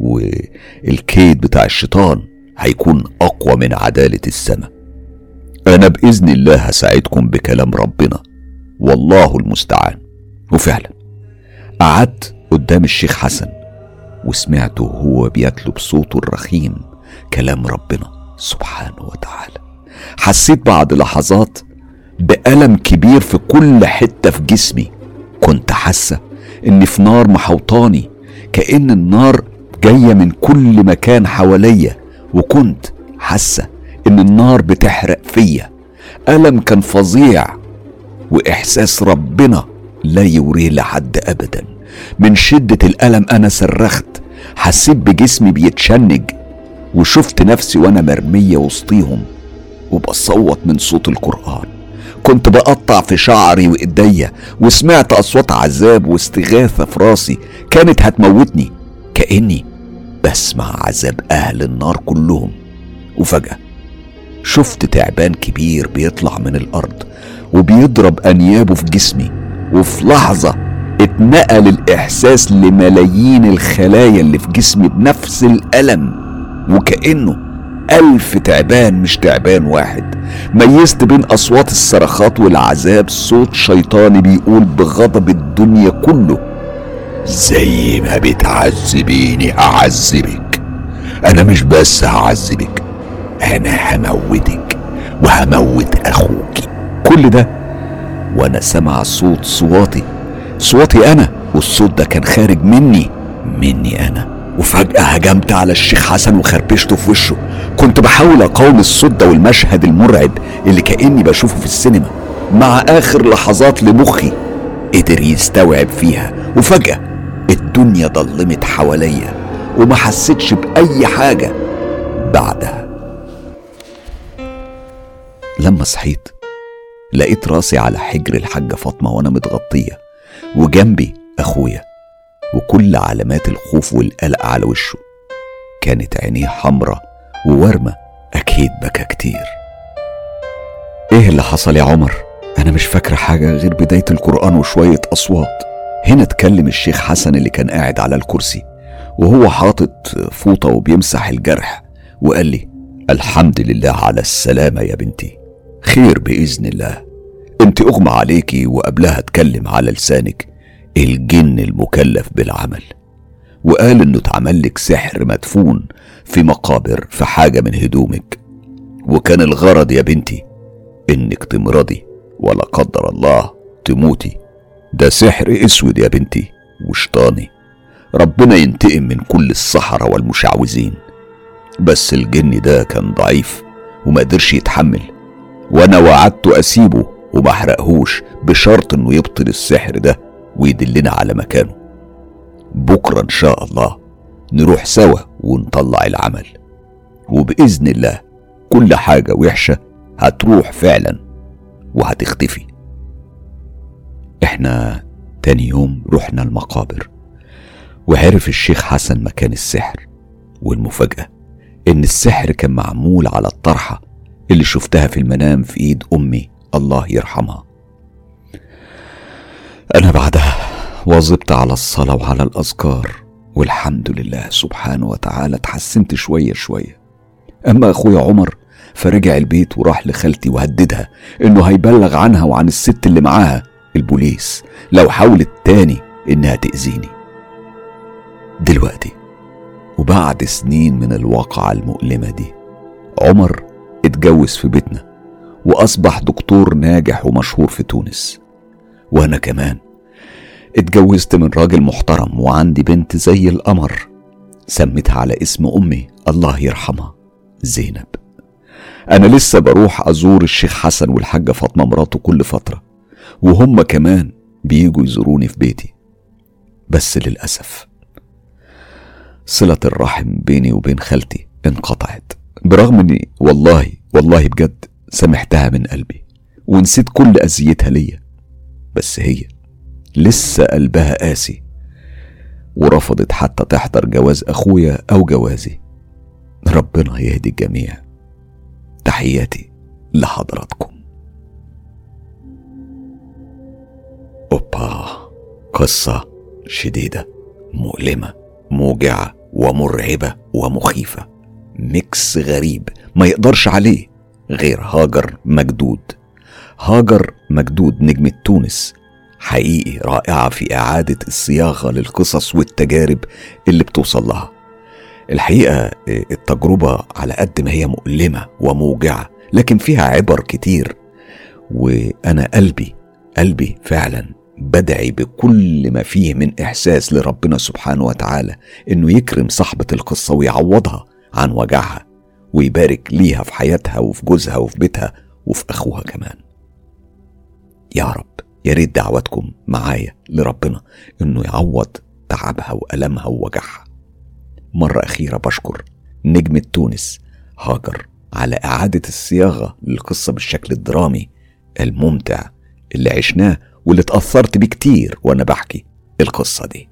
والكيد بتاع الشيطان هيكون أقوى من عدالة السماء. أنا بإذن الله هساعدكم بكلام ربنا، والله المستعان. وفعلا قعدت قدام الشيخ حسن وسمعته وهو بيتلو بصوته الرخيم كلام ربنا سبحانه وتعالى. حسيت بعد لحظات بألم كبير في كل حتة في جسمي. كنت حاسة إني في نار محوطاني، كأن النار جاية من كل مكان حواليا، وكنت حاسة إن النار بتحرق فيا. ألم كان فظيع، وإحساس ربنا لا يوريه لحد أبدا. من شدة الألم أنا صرخت، حسيت بجسمي بيتشنج، وشفت نفسي وأنا مرمية وسطيهم وبصوت من صوت القرآن. كنت بقطع في شعري وإيديا، وسمعت أصوات عذاب واستغاثة في راسي كانت هتموتني، كأني بسمع عذاب أهل النار كلهم. وفجأة شفت تعبان كبير بيطلع من الأرض وبيضرب أنيابه في جسمي، وفي لحظة اتنقل الإحساس لملايين الخلايا اللي في جسمي بنفس الألم، وكأنه 1000 تعبان مش تعبان واحد. ميزت بين أصوات الصرخات والعذاب صوت شيطاني بيقول بغضب الدنيا كله: زي ما بتعذبيني هعذبك، أنا مش بس هعذبك، أنا هموتك وهموت أخوك. كل ده وأنا سمع صوتي أنا، والصوت ده كان خارج مني أنا. وفجأة هجمت على الشيخ حسن وخربشته في وشه. كنت بحاول أقاوم الصوت ده والمشهد المرعب اللي كأني بشوفه في السينما، مع آخر لحظات لمخي قدر يستوعب فيها. وفجأة الدنيا ضلمت حواليا وما حسيتش بأي حاجة بعدها. لما صحيت لقيت راسي على حجر الحاجة فاطمة وأنا متغطية، وجنبي أخويا، وكل علامات الخوف والقلق على وشه. كانت عينيه حمرة وورمة، أكيد بكى كتير. إيه اللي حصل يا عمر؟ أنا مش فاكرة حاجة غير بداية القرآن وشوية أصوات. هنا اتكلم الشيخ حسن اللي كان قاعد على الكرسي وهو حاطط فوطة وبيمسح الجرح، وقال لي: الحمد لله على السلامة يا بنتي، خير بإذن الله. انت أغمى عليكي وقبلها اتكلم على لسانك الجن المكلف بالعمل، وقال انه اتعمل لك سحر مدفون في مقابر في حاجة من هدومك، وكان الغرض يا بنتي انك تمرضي ولا قدر الله تموتي. ده سحر اسود يا بنتي وشيطاني، ربنا ينتقم من كل السحرة والمشعوذين. بس الجن ده كان ضعيف وما قدرش يتحمل، وانا وعدته اسيبه وما احرقهوش بشرط انه يبطل السحر ده ويدلنا على مكانه. بكرة ان شاء الله نروح سوا ونطلع العمل، وبإذن الله كل حاجة وحشة هتروح فعلا وهتختفي. احنا تاني يوم رحنا المقابر، وعرف الشيخ حسن مكان السحر، والمفاجأة ان السحر كان معمول على الطرحة اللي شفتها في المنام في ايد امي الله يرحمها. أنا بعدها واظبت على الصلاة وعلى الأذكار، والحمد لله سبحانه وتعالى اتحسنت شوية شوية. أما أخويا عمر فرجع البيت وراح لخالتي وهددها إنه هيبلغ عنها وعن الست اللي معاها البوليس لو حاولت تاني إنها تأذيني. دلوقتي وبعد سنين من الواقعة المؤلمة دي، عمر اتجوز في بيتنا وأصبح دكتور ناجح ومشهور في تونس، وأنا كمان اتجوزت من راجل محترم وعندي بنت زي القمر سميتها على اسم أمي الله يرحمها، زينب. أنا لسه بروح أزور الشيخ حسن والحاجة فاطمة مراته كل فترة، وهم كمان بيجوا يزوروني في بيتي. بس للأسف صلة الرحم بيني وبين خالتي انقطعت، برغم اني والله بجد سامحتها من قلبي ونسيت كل أذيتها ليا، بس هي لسه قلبها قاسي ورفضت حتى تحضر جواز أخويا أو جوازي. ربنا يهدي الجميع. تحياتي لحضراتكم. أوبا، قصة شديدة مؤلمة موجعة ومرعبة ومخيفة، ميكس غريب ما يقدرش عليه غير هاجر مجدود. هاجر مجدود نجمة تونس، حقيقي رائعة في إعادة الصياغة للقصص والتجارب اللي بتوصل لها. الحقيقة التجربة على قد ما هي مؤلمة وموجعة لكن فيها عبر كتير، وأنا قلبي فعلا بدعي بكل ما فيه من إحساس لربنا سبحانه وتعالى إنه يكرم صاحبة القصة ويعوضها عن وجعها ويبارك ليها في حياتها وفي جوزها وفي بيتها وفي أخوها كمان. يا رب، يا ريت دعواتكم معايا لربنا إنه يعوض تعبها وألمها ووجعها. مرة أخيرة بشكر نجمة تونس هاجر على إعادة الصياغة للقصة بالشكل الدرامي الممتع اللي عشناه واللي اتأثرت بيه كتير وأنا بحكي القصة دي.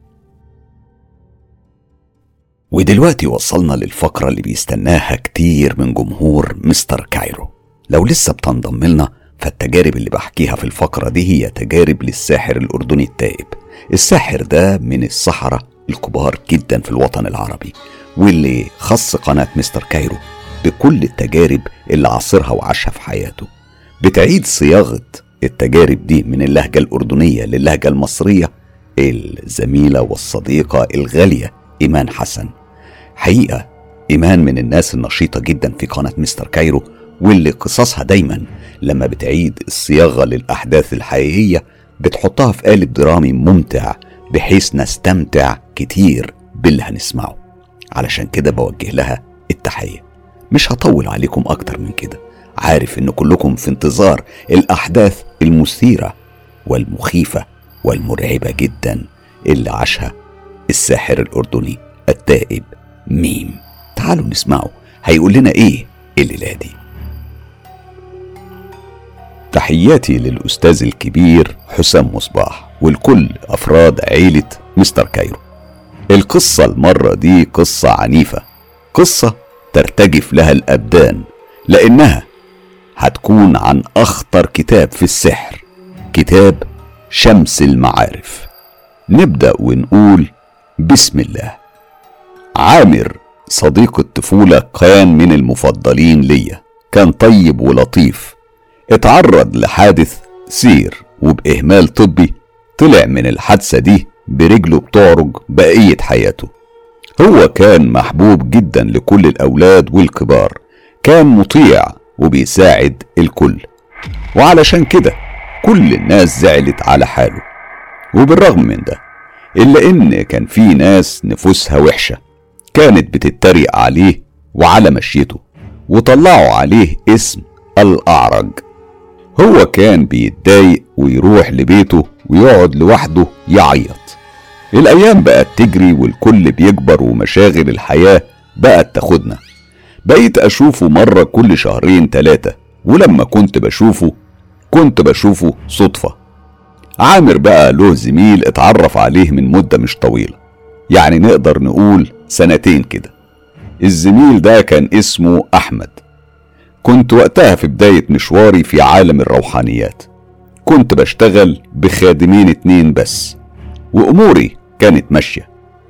ودلوقتي وصلنا للفقرة اللي بيستناها كتير من جمهور مستر كايرو. لو لسه بتنضم لنا، فالتجارب اللي بحكيها في الفقرة دي هي تجارب للساحر الأردني التائب. الساحر ده من السحرة الكبار جدا في الوطن العربي، واللي خص قناة مستر كايرو بكل التجارب اللي عاصرها وعاشها في حياته. بتعيد صياغة التجارب دي من اللهجة الأردنية للهجة المصرية الزميلة والصديقة الغالية إيمان حسن. حقيقة إيمان من الناس النشيطة جدا في قناة مستر كايرو، واللي قصصها دايما لما بتعيد الصياغة للأحداث الحقيقية بتحطها في قالب درامي ممتع بحيث نستمتع كتير باللي هنسمعه. علشان كده بوجه لها التحية. مش هطول عليكم أكتر من كده، عارف إن كلكم في انتظار الأحداث المثيرة والمخيفة والمرعبة جدا اللي عاشها الساحر الأردني التائب ميم. تعالوا نسمعه هيقول لنا إيه الليلة دي. تحياتي للأستاذ الكبير حسام مصباح ولكل أفراد عيلة مستر كايرو. القصة المرة دي قصة عنيفة، قصة ترتجف لها الأبدان، لأنها هتكون عن أخطر كتاب في السحر، كتاب شمس المعارف. نبدأ ونقول بسم الله. عامر صديق الطفولة كان من المفضلين ليا، كان طيب ولطيف. اتعرض لحادث سير وبإهمال طبي طلع من الحادثة دي برجله بتعرج بقية حياته. هو كان محبوب جدا لكل الأولاد والكبار، كان مطيع وبيساعد الكل، وعلشان كده كل الناس زعلت على حاله. وبالرغم من ده إلا إن كان في ناس نفوسها وحشة كانت بتتريق عليه وعلى مشيته وطلعوا عليه اسم الأعرج. هو كان بيتضايق ويروح لبيته ويقعد لوحده يعيط. الأيام بقت تجري والكل بيكبر ومشاغل الحياة بقت تاخدنا. بقيت أشوفه مرة كل 2-3، ولما كنت بشوفه صدفة. عامر بقى له زميل اتعرف عليه من مدة مش طويلة، يعني نقدر نقول 2 كده. الزميل ده كان اسمه أحمد. كنت وقتها في بداية مشواري في عالم الروحانيات، كنت بشتغل بخادمين 2 بس، وأموري كانت ماشية.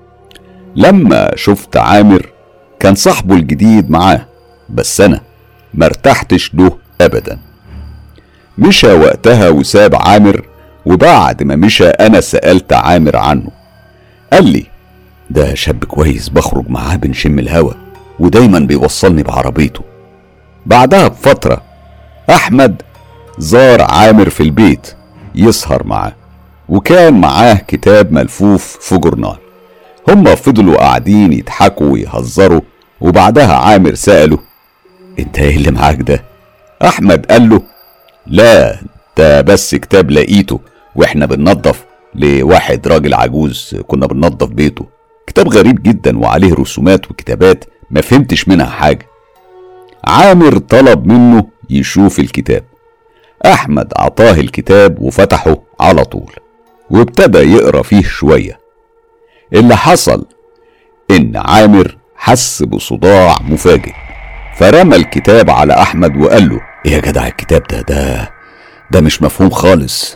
لما شفت عامر كان صاحبه الجديد معاه، بس أنا مرتحتش له أبدا. مشى وقتها وساب عامر، وبعد ما مشى أنا سألت عامر عنه. قال لي ده شاب كويس، بخرج معاه بنشم الهوا، ودايما بيوصلني بعربيته. بعدها بفترة أحمد زار عامر في البيت يسهر معاه، وكان معاه كتاب ملفوف في جورنال. هما فضلوا قاعدين يضحكوا ويهزروا، وبعدها عامر سأله انت ايه اللي معاك ده؟ أحمد قال له لا، ده بس كتاب لقيته واحنا بننظف لواحد راجل عجوز، كنا بننظف بيته. كتاب غريب جدا وعليه رسومات وكتابات ما فهمتش منها حاجة. عامر طلب منه يشوف الكتاب. أحمد عطاه الكتاب وفتحه على طول وابتدى يقرأ فيه شوية. اللي حصل إن عامر حس بصداع مفاجئ، فرمى الكتاب على أحمد وقال له إيه يا جدع الكتاب ده مش مفهوم خالص،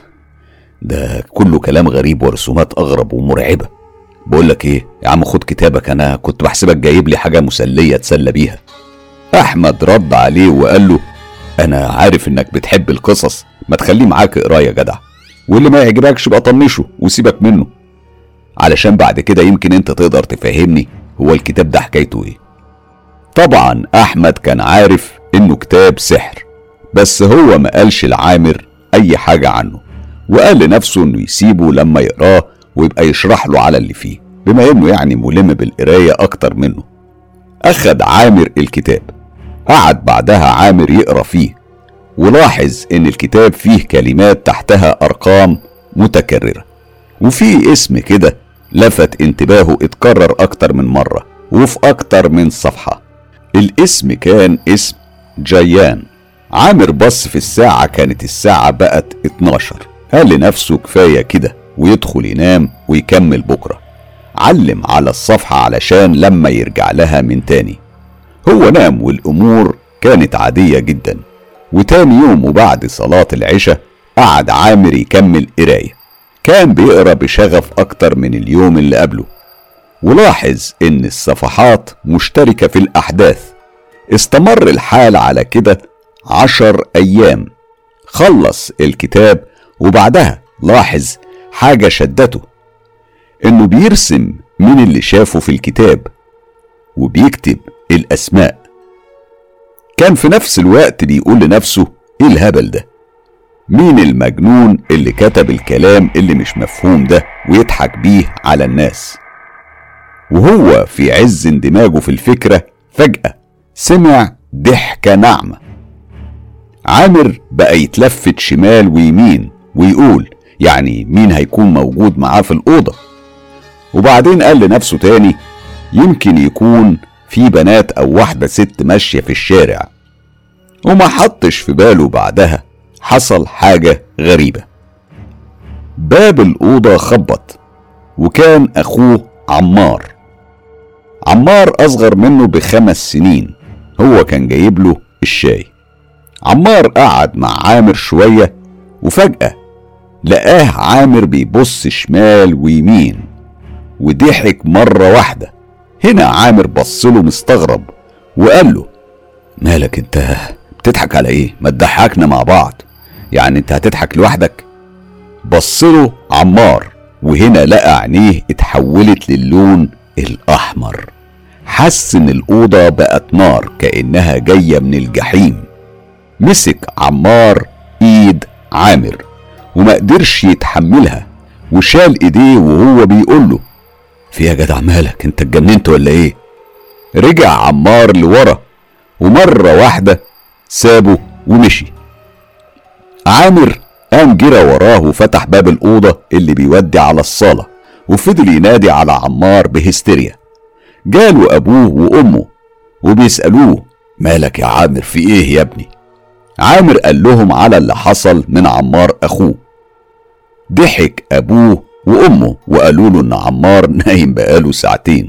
ده كله كلام غريب ورسومات أغرب ومرعبة. بقولك إيه يا عم، خد كتابك، أنا كنت بحسبك جايب لي حاجة مسلية تسلى بيها. أحمد رد عليه وقال له أنا عارف إنك بتحب القصص، ما تخليه معاك اقرا يا جدع، واللي ما يعجبكش بقى طنشه وسيبك منه، علشان بعد كده يمكن انت تقدر تفهمني هو الكتاب ده حكايته ايه. طبعا أحمد كان عارف إنه كتاب سحر، بس هو ما قالش لعامر أي حاجة عنه، وقال لنفسه إنه يسيبه لما يقراه ويبقى يشرح له على اللي فيه، بما إنه يعني ملم بالقراية أكتر منه. أخد عامر الكتاب، قعد بعدها عامر يقرا فيه، ولاحظ إن الكتاب فيه كلمات تحتها أرقام متكررة، وفيه اسم كده لفت انتباهه اتكرر أكتر من مرة وفي أكتر من صفحة. الاسم كان اسم جيان. عامر بص في الساعة، كانت الساعة بقت 12. قال لنفسه كفاية كده ويدخل ينام ويكمل بكرة. علم على الصفحة علشان لما يرجع لها من تاني. هو نام والأمور كانت عادية جدا. وتاني يوم وبعد صلاة العشاء قعد عامر يكمل قراية. كان بيقرأ بشغف أكتر من اليوم اللي قبله، ولاحظ إن الصفحات مشتركة في الأحداث. استمر الحال على كده 10 أيام. خلص الكتاب وبعدها لاحظ حاجة شدته، إنه بيرسم من اللي شافه في الكتاب وبيكتب الأسماء. كان في نفس الوقت بيقول لنفسه إيه الهبل ده؟ مين المجنون اللي كتب الكلام اللي مش مفهوم ده ويضحك بيه على الناس؟ وهو في عز اندماجه في الفكرة فجأة سمع ضحكة ناعمة. عامر بقى يتلفت شمال ويمين ويقول يعني مين هيكون موجود معاه في الأوضة؟ وبعدين قال لنفسه تاني يمكن يكون في بنات أو واحدة ست ماشية في الشارع. وما حطش في باله بعدها حصل حاجة غريبة. باب الأوضة خبط، وكان أخوه عمار. عمار أصغر منه ب5 سنين. هو كان جايب له الشاي. عمار قعد مع عامر شوية، وفجأة لقاه عامر بيبص شمال ويمين وضحك مرة واحدة. هنا عامر بصله مستغرب وقال له مالك انت بتضحك على ايه؟ ما تضحكنا مع بعض، يعني انت هتضحك لوحدك؟ بصله عمار، وهنا لقى عينيه اتحولت للون الأحمر. حس ان الأوضة بقت نار كأنها جاية من الجحيم. مسك عمار ايد عامر وما قدرش يتحملها، وشال ايديه وهو بيقوله في يا جدع مالك، انت اتجننت ولا ايه؟ رجع عمار لورا ومرة واحدة سابه ومشي. عامر قام جرى وراه وفتح باب الأوضة اللي بيودي على الصالة، وفضل ينادي على عمار بهستيريا. جاله أبوه وأمه وبيسألوه مالك يا عامر، في ايه يا ابني؟ عامر قال لهم على اللي حصل من عمار أخوه. ضحك أبوه وأمه وقالوا له إن عمار نايم بقاله 2 ساعة.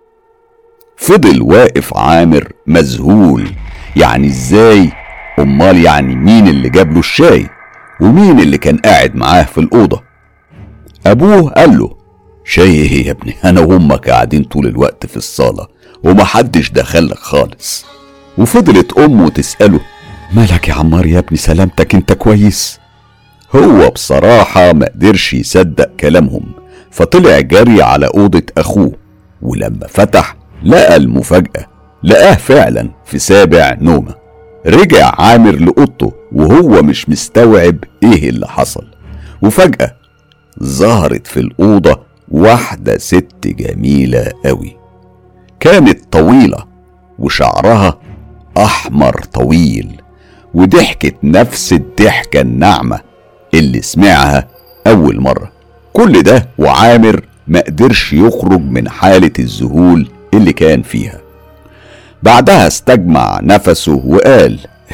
فضل واقف عامر مذهول، يعني ازاي؟ امال يعني مين اللي جاب له الشاي؟ ومين اللي كان قاعد معاه في الأوضة؟ أبوه قال له: شاي يا ابني، أنا وأمك قاعدين طول الوقت في الصالة ومحدش دخلك خالص. وفضلت أمه تسأله: مالك يا عمار يا ابني، سلامتك، انت كويس؟ هو بصراحة ما قدرش يصدق كلامهم، فطلع جري على أوضة أخوه، ولما فتح لقى المفاجأة، لقاه فعلا في سابع نومة. رجع عامر لأوضته وهو مش مستوعب ايه اللي حصل، وفجأة ظهرت في الأوضة واحدة ست جميلة قوي، كانت طويلة وشعرها أحمر طويل، وضحكت نفس الضحكة الناعمة اللي سمعها أول مرة. كل ده وعامر ما قدرش يخرج من حالة الذهول اللي كان فيها. بعدها استجمع نفسه وقال: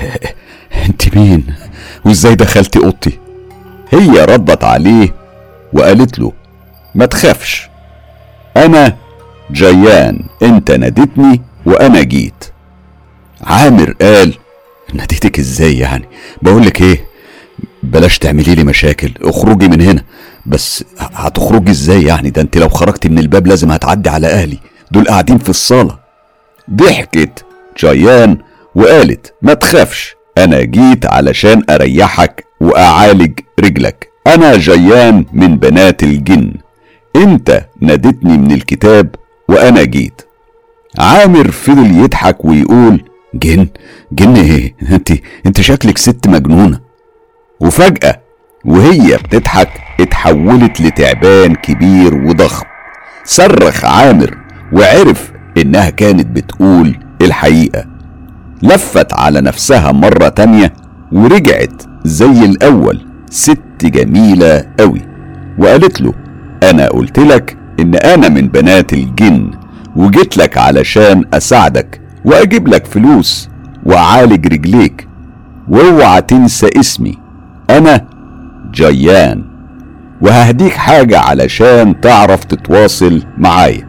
انت مين وازاي دخلتي اوضتي؟ هي ردت عليه وقالت له: ما تخافش، انا جيان، انت ناديتني وانا جيت. عامر قال: ناديتك ازاي يعني؟ بقولك ايه، بلاش تعملي لي مشاكل، اخرجي من هنا. بس هتخرجي ازاي يعني؟ ده انت لو خرجتي من الباب لازم هتعدي على اهلي، دول قاعدين في الصالة. ضحكت جيان وقالت: ما تخافش، انا جيت علشان اريحك واعالج رجلك، انا جيان من بنات الجن، انت نادتني من الكتاب وانا جيت. عامر فضل يضحك ويقول: جن؟ جن ايه؟ انت شكلك ست مجنونة. وفجأة وهي بتضحك اتحولت لتعبان كبير وضخم. صرخ عامر وعرف انها كانت بتقول الحقيقة. لفت على نفسها مرة تانية ورجعت زي الأول ست جميلة قوي، وقالت له: أنا قلتلك إن أنا من بنات الجن، وجيت لك علشان أساعدك وأجيب لك فلوس وأعالج رجليك، واوعى تنسى اسمي، أنا جيان، وههديك حاجة علشان تعرف تتواصل معايا.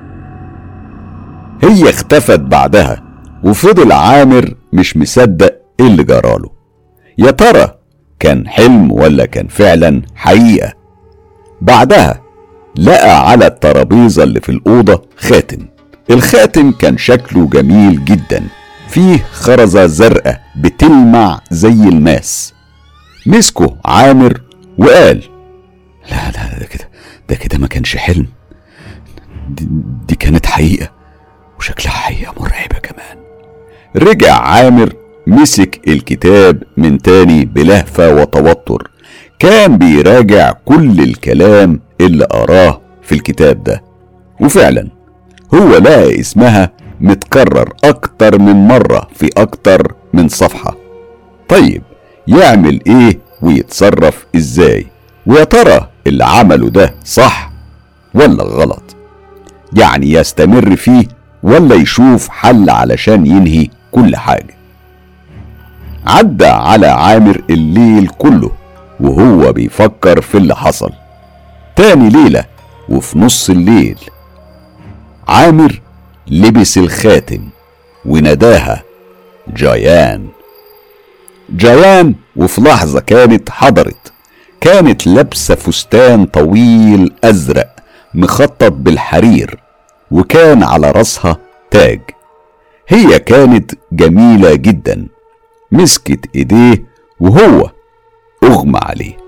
هي اختفت بعدها، وفضل عامر مش مصدق ايه اللي جراله. يا ترى كان حلم ولا كان فعلا حقيقة؟ بعدها لقى على الترابيزة اللي في الأوضة خاتم. الخاتم كان شكله جميل جدا، فيه خرزة زرقاء بتلمع زي الماس. مسكه عامر وقال: لا ده كده ما كانش حلم، دي كانت حقيقة، وشكلها حقيقة مرعبة كمان. رجع عامر مسك الكتاب من تاني بلهفة وتوتر، كان بيراجع كل الكلام اللي قراه في الكتاب ده، وفعلا هو لقى اسمها متكرر أكتر من مرة في أكتر من صفحة. طيب يعمل ايه ويتصرف ازاي؟ ويا ترى اللي عمله ده صح ولا غلط؟ يعني يستمر فيه ولا يشوف حل علشان ينهي كل حاجة؟ عدى على عامر الليل كله وهو بيفكر في اللي حصل. تاني ليلة وفي نص الليل عامر لبس الخاتم وناداها: جيان. جيان وفي لحظة كانت حضرت. كانت لابسة فستان طويل أزرق مخطط بالحرير، وكان على راسها تاج. هي كانت جميلة جدا. مسكت ايديه وهو اغمى عليه.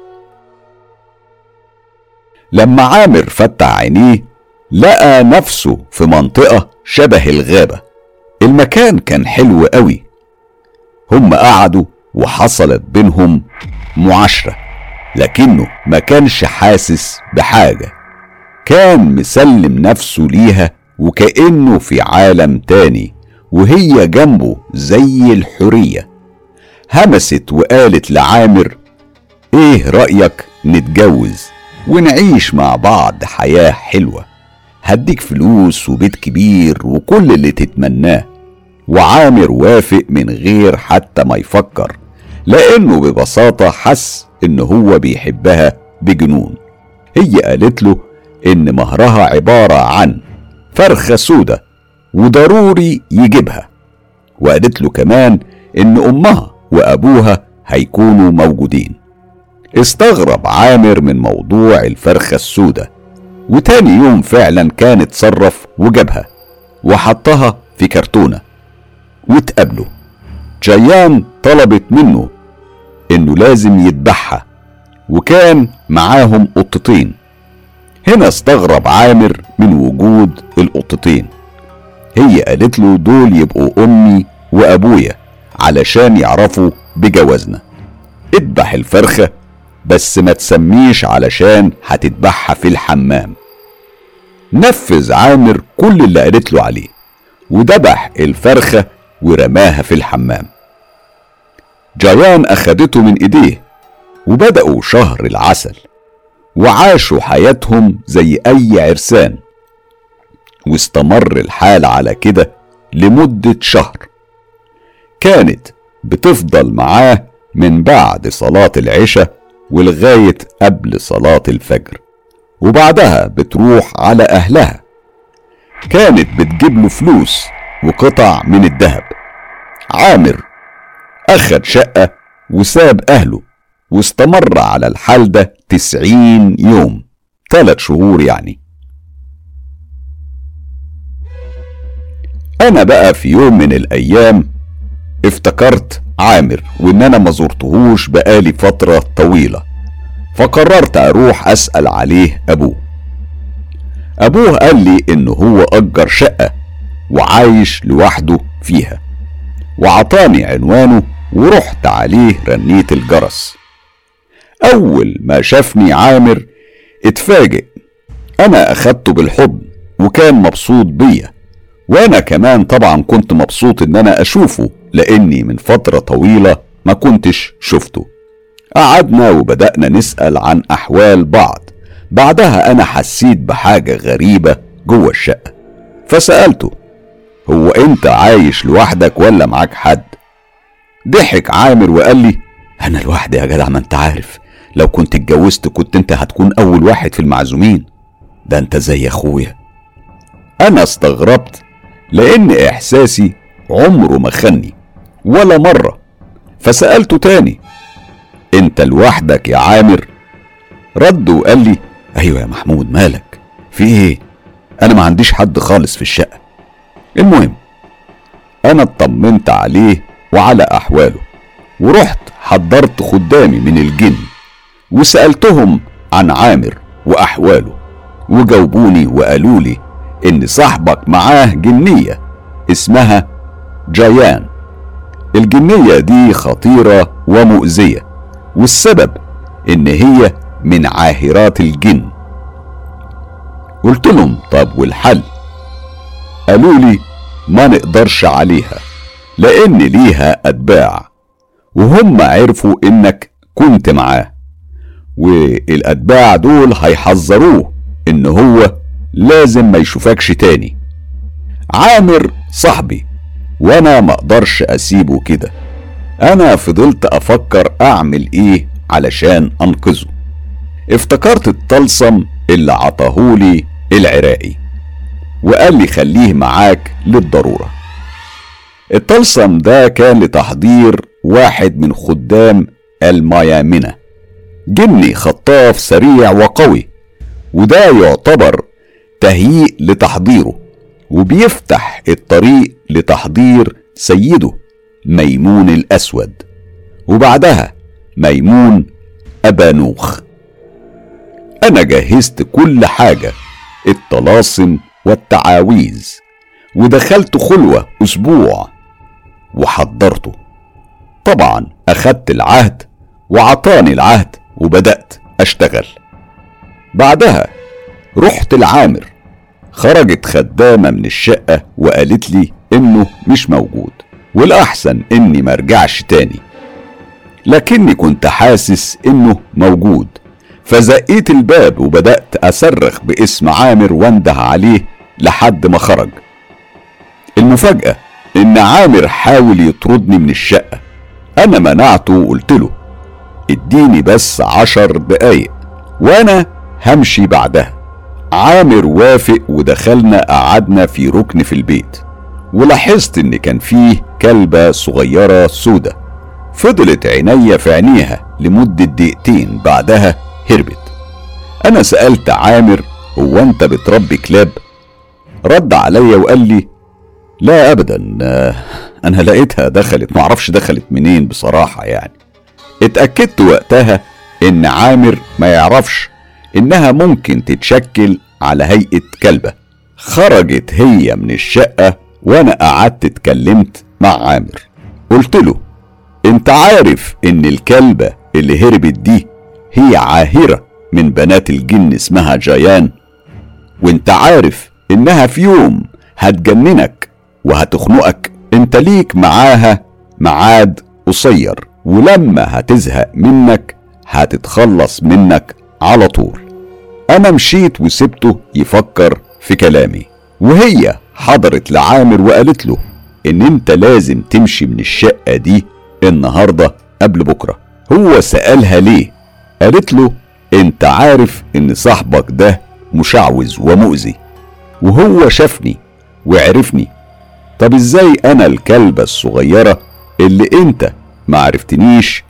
لما عامر فتح عينيه لقى نفسه في منطقة شبه الغابة. المكان كان حلو قوي. هم قعدوا وحصلت بينهم معاشرة، لكنه ما كانش حاسس بحاجة. كان مسلم نفسه ليها وكأنه في عالم تاني، وهي جنبه زي الحرية. همست وقالت لعامر: ايه رأيك نتجوز ونعيش مع بعض حياة حلوة، هديك فلوس وبيت كبير وكل اللي تتمناه. وعامر وافق من غير حتى ما يفكر، لأنه ببساطة حس إن هو بيحبها بجنون. هي قالت له إن مهرها عبارة عن فرخة سودة وضروري يجيبها، وقالت له كمان إن أمها وأبوها هيكونوا موجودين. استغرب عامر من موضوع الفرخة السوداء، وتاني يوم فعلا كان اتصرف وجابها وحطها في كرتونة واتقابلوا. جيان طلبت منه انه لازم يذبحها، وكان معاهم قطتين. هنا استغرب عامر من وجود القطتين. هي قالت له دول يبقوا امي وابويا علشان يعرفوا بجوازنا. اذبح الفرخة بس ما تسميش علشان هتذبحها في الحمام. نفذ عامر كل اللي قالت له عليه، وذبح الفرخة ورماها في الحمام. جيان اخدته من ايديه وبدأوا شهر العسل، وعاشوا حياتهم زي اي عرسان، واستمر الحال على كده لمدة شهر. كانت بتفضل معاه من بعد صلاة العشاء ولغاية قبل صلاة الفجر، وبعدها بتروح على أهلها. كانت بتجيب له فلوس وقطع من الذهب. عامر أخد شقة وساب أهله، واستمر على الحال ده 90 يوم، 3 شهور يعني. أنا بقى في يوم من الأيام افتكرت عامر، وإن أنا ما زرتهوش بقالي فترة طويلة، فقررت أروح أسأل عليه أبوه قال لي إنه هو أجر شقة وعايش لوحده فيها، وعطاني عنوانه، ورحت عليه رنيت الجرس. أول ما شافني عامر اتفاجئ. أنا أخدته بالحضن وكان مبسوط بيا، وأنا كمان طبعا كنت مبسوط إن أنا أشوفه، لأني من فترة طويلة ما كنتش شفته. قعدنا وبدأنا نسأل عن أحوال بعض. بعدها أنا حسيت بحاجة غريبة جوه الشقة، فسألته: هو أنت عايش لوحدك ولا معاك حد؟ ضحك عامر وقال لي: أنا لوحدي يا جدع، ما أنت عارف لو كنت اتجوزت كنت أنت هتكون أول واحد في المعزومين، ده أنت زي أخويا. أنا استغربت لأن إحساسي عمره ما خني ولا مرة، فسألته تاني: أنت لوحدك يا عامر؟ رد وقال لي: أيوة يا محمود، مالك في إيه؟ أنا ما عنديش حد خالص في الشقة. المهم أنا اطمنت عليه وعلى أحواله، ورحت حضرت خدامي من الجن وسألتهم عن عامر وأحواله، وجاوبوني وقالوا لي إن صاحبك معاه جنية اسمها جيان. الجنية دي خطيرة ومؤذية، والسبب إن هي من عاهرات الجن. قلت لهم: طب والحل؟ قالوا لي: ما نقدرش عليها لأن ليها أتباع، وهم عرفوا إنك كنت معاه، والأتباع دول هيحذروه إن هو لازم ما يشوفكش تاني. عامر صاحبي وأنا ما أقدرش أسيبه كده. أنا فضلت أفكر أعمل إيه علشان أنقذه. افتكرت الطلسم اللي عطاهولي العراقي، وقال لي: خليه معاك للضرورة. الطلسم ده كان لتحضير واحد من خدام الميامنة، جني خطاف سريع وقوي، وده يعتبر تهيئ لتحضيره، وبيفتح الطريق لتحضير سيده ميمون الأسود، وبعدها ميمون أبانوخ. أنا جهزت كل حاجة، الطلاسم والتعاويذ، ودخلت خلوة أسبوع وحضرته. طبعا أخدت العهد وعطاني العهد وبدأت أشتغل. بعدها رحت العامر. خرجت خدامة من الشقة وقالت لي إنه مش موجود، والأحسن إني مرجعش تاني، لكني كنت حاسس إنه موجود، فزقيت الباب وبدأت أصرخ باسم عامر وانده عليه لحد ما خرج. المفاجأة إن عامر حاول يطردني من الشقة. أنا منعته وقلت له: اديني بس 10 دقايق وأنا همشي بعدها. عامر وافق، ودخلنا قعدنا في ركن في البيت، ولاحظت إن كان فيه كلبة صغيرة سودة. فضلت عينيا في عينيها لمدة دقيقتين، بعدها هربت. أنا سألت عامر: هو أنت بتربي كلاب؟ رد عليا وقال لي: لا أبدا، أنا لقيتها دخلت، معرفش دخلت منين بصراحة يعني. اتأكدت وقتها إن عامر ما يعرفش إنها ممكن تتشكل على هيئة كلبة. خرجت هي من الشقة وأنا قعدت اتكلمت مع عامر. قلت له: انت عارف ان الكلبة اللي هربت دي هي عاهرة من بنات الجن اسمها جيان، وانت عارف انها في يوم هتجننك وهتخنقك. انت ليك معاها ميعاد قصير، ولما هتزهق منك هتتخلص منك على طول. انا مشيت وسبته يفكر في كلامي، وهي حضرت لعامر وقالت له ان انت لازم تمشي من الشقة دي النهاردة قبل بكرة. هو سألها ليه؟ قالت له: انت عارف ان صاحبك ده مشعوذ ومؤذي، وهو شافني وعرفني. طب ازاي انا الكلبة الصغيرة اللي انت ما عرفتنيش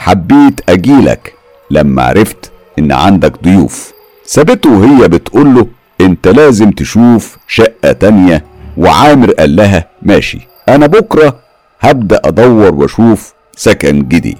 حبيت اجيلك لما عرفت ان عندك ضيوف؟ سابته وهي بتقوله: انت لازم تشوف شقة تانية. وعامر قال لها: ماشي، انا بكرة هبدأ ادور واشوف سكن جديد.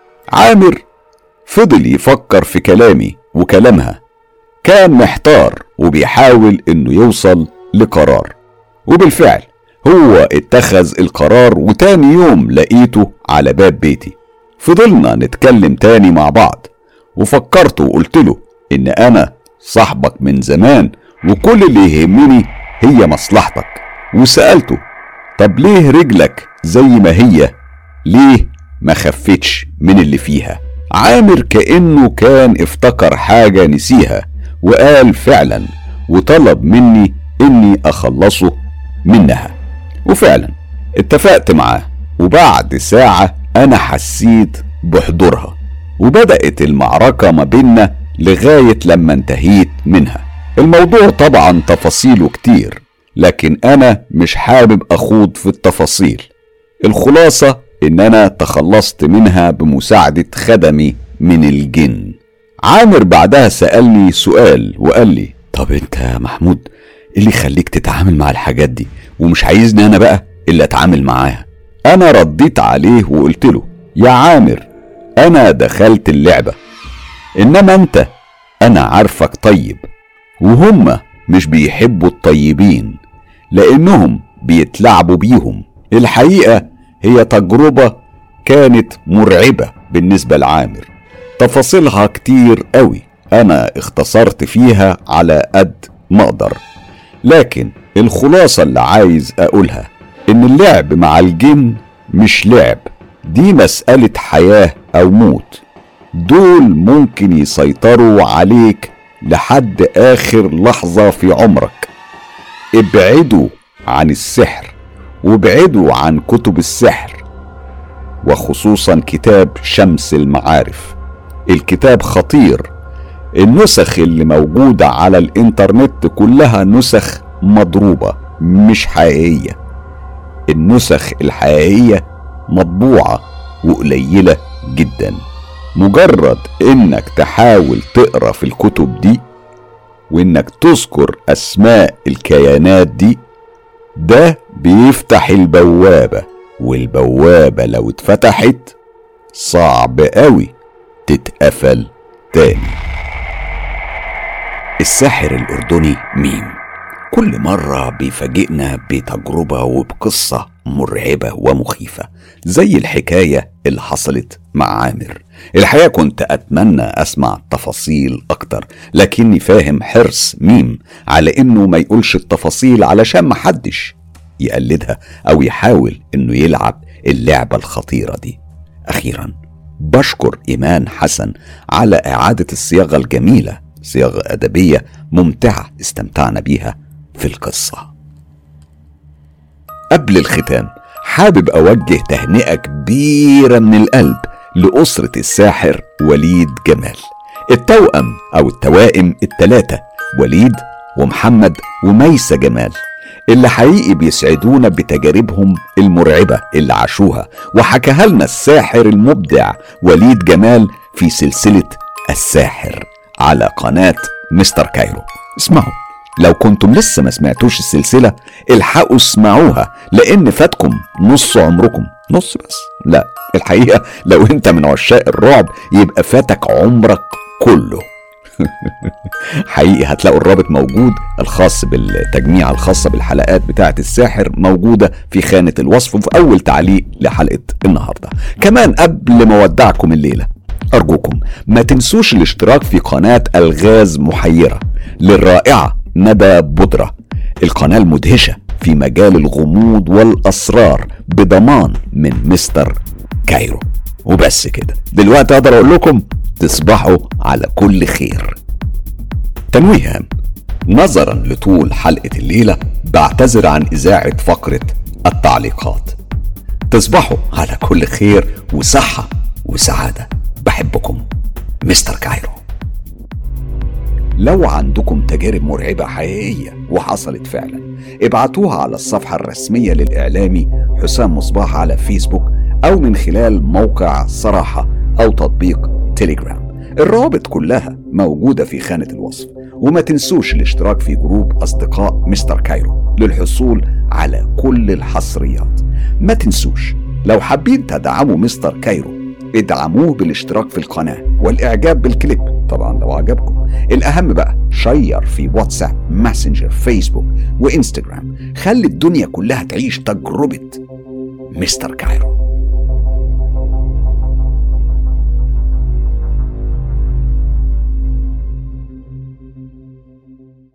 عامر فضل يفكر في كلامي وكلامها، كان محتار وبيحاول انه يوصل لقرار، وبالفعل هو اتخذ القرار. وتاني يوم لقيته على باب بيتي. فضلنا نتكلم تاني مع بعض، وفكرت وقلت له ان انا صاحبك من زمان، وكل اللي يهمني هي مصلحتك. وسألته: طب ليه رجلك زي ما هي، ليه ما خفتش من اللي فيها؟ عامر كأنه كان افتكر حاجة نسيها وقال: فعلا، وطلب مني اني اخلصه منها. وفعلا اتفقت معاه، وبعد ساعة انا حسيت بحضورها، وبدأت المعركة ما بيننا لغاية لما انتهيت منها. الموضوع طبعا تفاصيله كتير، لكن انا مش حابب اخوض في التفاصيل. الخلاصة ان انا تخلصت منها بمساعدة خدمي من الجن. عامر بعدها سألني سؤال وقال لي: طب انت يا محمود اللي يخليك تتعامل مع الحاجات دي ومش عايزني انا بقى اللي اتعامل معاها؟ انا رديت عليه وقلت له: يا عامر، انا دخلت اللعبة، انما انت انا عارفك طيب، وهم مش بيحبوا الطيبين لانهم بيتلعبوا بيهم. الحقيقة هي تجربة كانت مرعبة بالنسبة لعامر، تفاصيلها كتير قوي، انا اختصرت فيها على قد ما اقدر. لكن الخلاصة اللي عايز اقولها ان اللعب مع الجن مش لعب، دي مسألة حياة او موت. دول ممكن يسيطروا عليك لحد اخر لحظة في عمرك. ابعدوا عن السحر، وابعدوا عن كتب السحر، وخصوصا كتاب شمس المعارف. الكتاب خطير. النسخ اللي موجودة على الانترنت كلها نسخ مضروبة مش حقيقية. النسخ الحقيقية مطبوعة وقليلة جدا. مجرد انك تحاول تقرأ في الكتب دي وانك تذكر اسماء الكيانات دي، ده بيفتح البوابة، والبوابة لو اتفتحت صعب قوي تتقفل تاني. الساحر الأردني ميم كل مرة بيفاجئنا بتجربة وبقصة مرعبة ومخيفة زي الحكاية اللي حصلت مع عامر. الحقيقة كنت أتمنى أسمع تفاصيل أكتر، لكني فاهم حرص ميم على إنه ما يقولش التفاصيل علشان محدش يقلدها أو يحاول إنه يلعب اللعبة الخطيرة دي. أخيرا بشكر إيمان حسن على إعادة الصياغة الجميلة، صياغة أدبية ممتعة استمتعنا بيها في القصة. قبل الختام حابب أوجه تهنئة كبيرة من القلب لأسرة الساحر وليد جمال، التوأم أو التوائم التلاتة، وليد ومحمد وميسة جمال، اللي حقيقي بيسعدونا بتجاربهم المرعبة اللي عاشوها، وحكاها لنا الساحر المبدع وليد جمال في سلسلة الساحر على قناة مستر كايرو. اسمعوا، لو كنتم لسه ما سمعتوش السلسلة الحقوا اسمعوها، لان فاتكم نص عمركم. نص بس؟ لا، الحقيقة لو انت من عشاق الرعب يبقى فاتك عمرك كله. حقيقي هتلاقوا الرابط موجود، الخاص بالتجميع الخاصة بالحلقات بتاعة الساحر موجودة في خانة الوصف وفي أول تعليق لحلقة النهاردة. كمان قبل ما ودعكم الليلة أرجوكم ما تنسوش الاشتراك في قناة ألغاز محيرة للرائعة ندى بودرة، القناة المدهشة في مجال الغموض والأسرار بضمان من مستر كايرو. وبس كده، دلوقتي أقدر أقول لكم تصبحوا على كل خير. تنويه هام: نظرا لطول حلقة الليلة بعتذر عن إذاعة فقرة التعليقات. تصبحوا على كل خير وصحة وسعادة. بحبكم، مستر كايرو. لو عندكم تجارب مرعبة حقيقية وحصلت فعلا ابعتوها على الصفحة الرسمية للإعلامي حسام مصباح على فيسبوك أو من خلال موقع صراحة أو تطبيق تيليجرام. الروابط كلها موجودة في خانة الوصف. وما تنسوش الاشتراك في جروب أصدقاء مستر كايرو للحصول على كل الحصريات. ما تنسوش لو حابين تدعموا مستر كايرو ادعموه بالاشتراك في القناة والإعجاب بالكليب طبعا لو عجبكم. الأهم بقى شير في واتساب، ماسنجر، فيسبوك وإنستجرام. خلي الدنيا كلها تعيش تجربة مستر كايرو.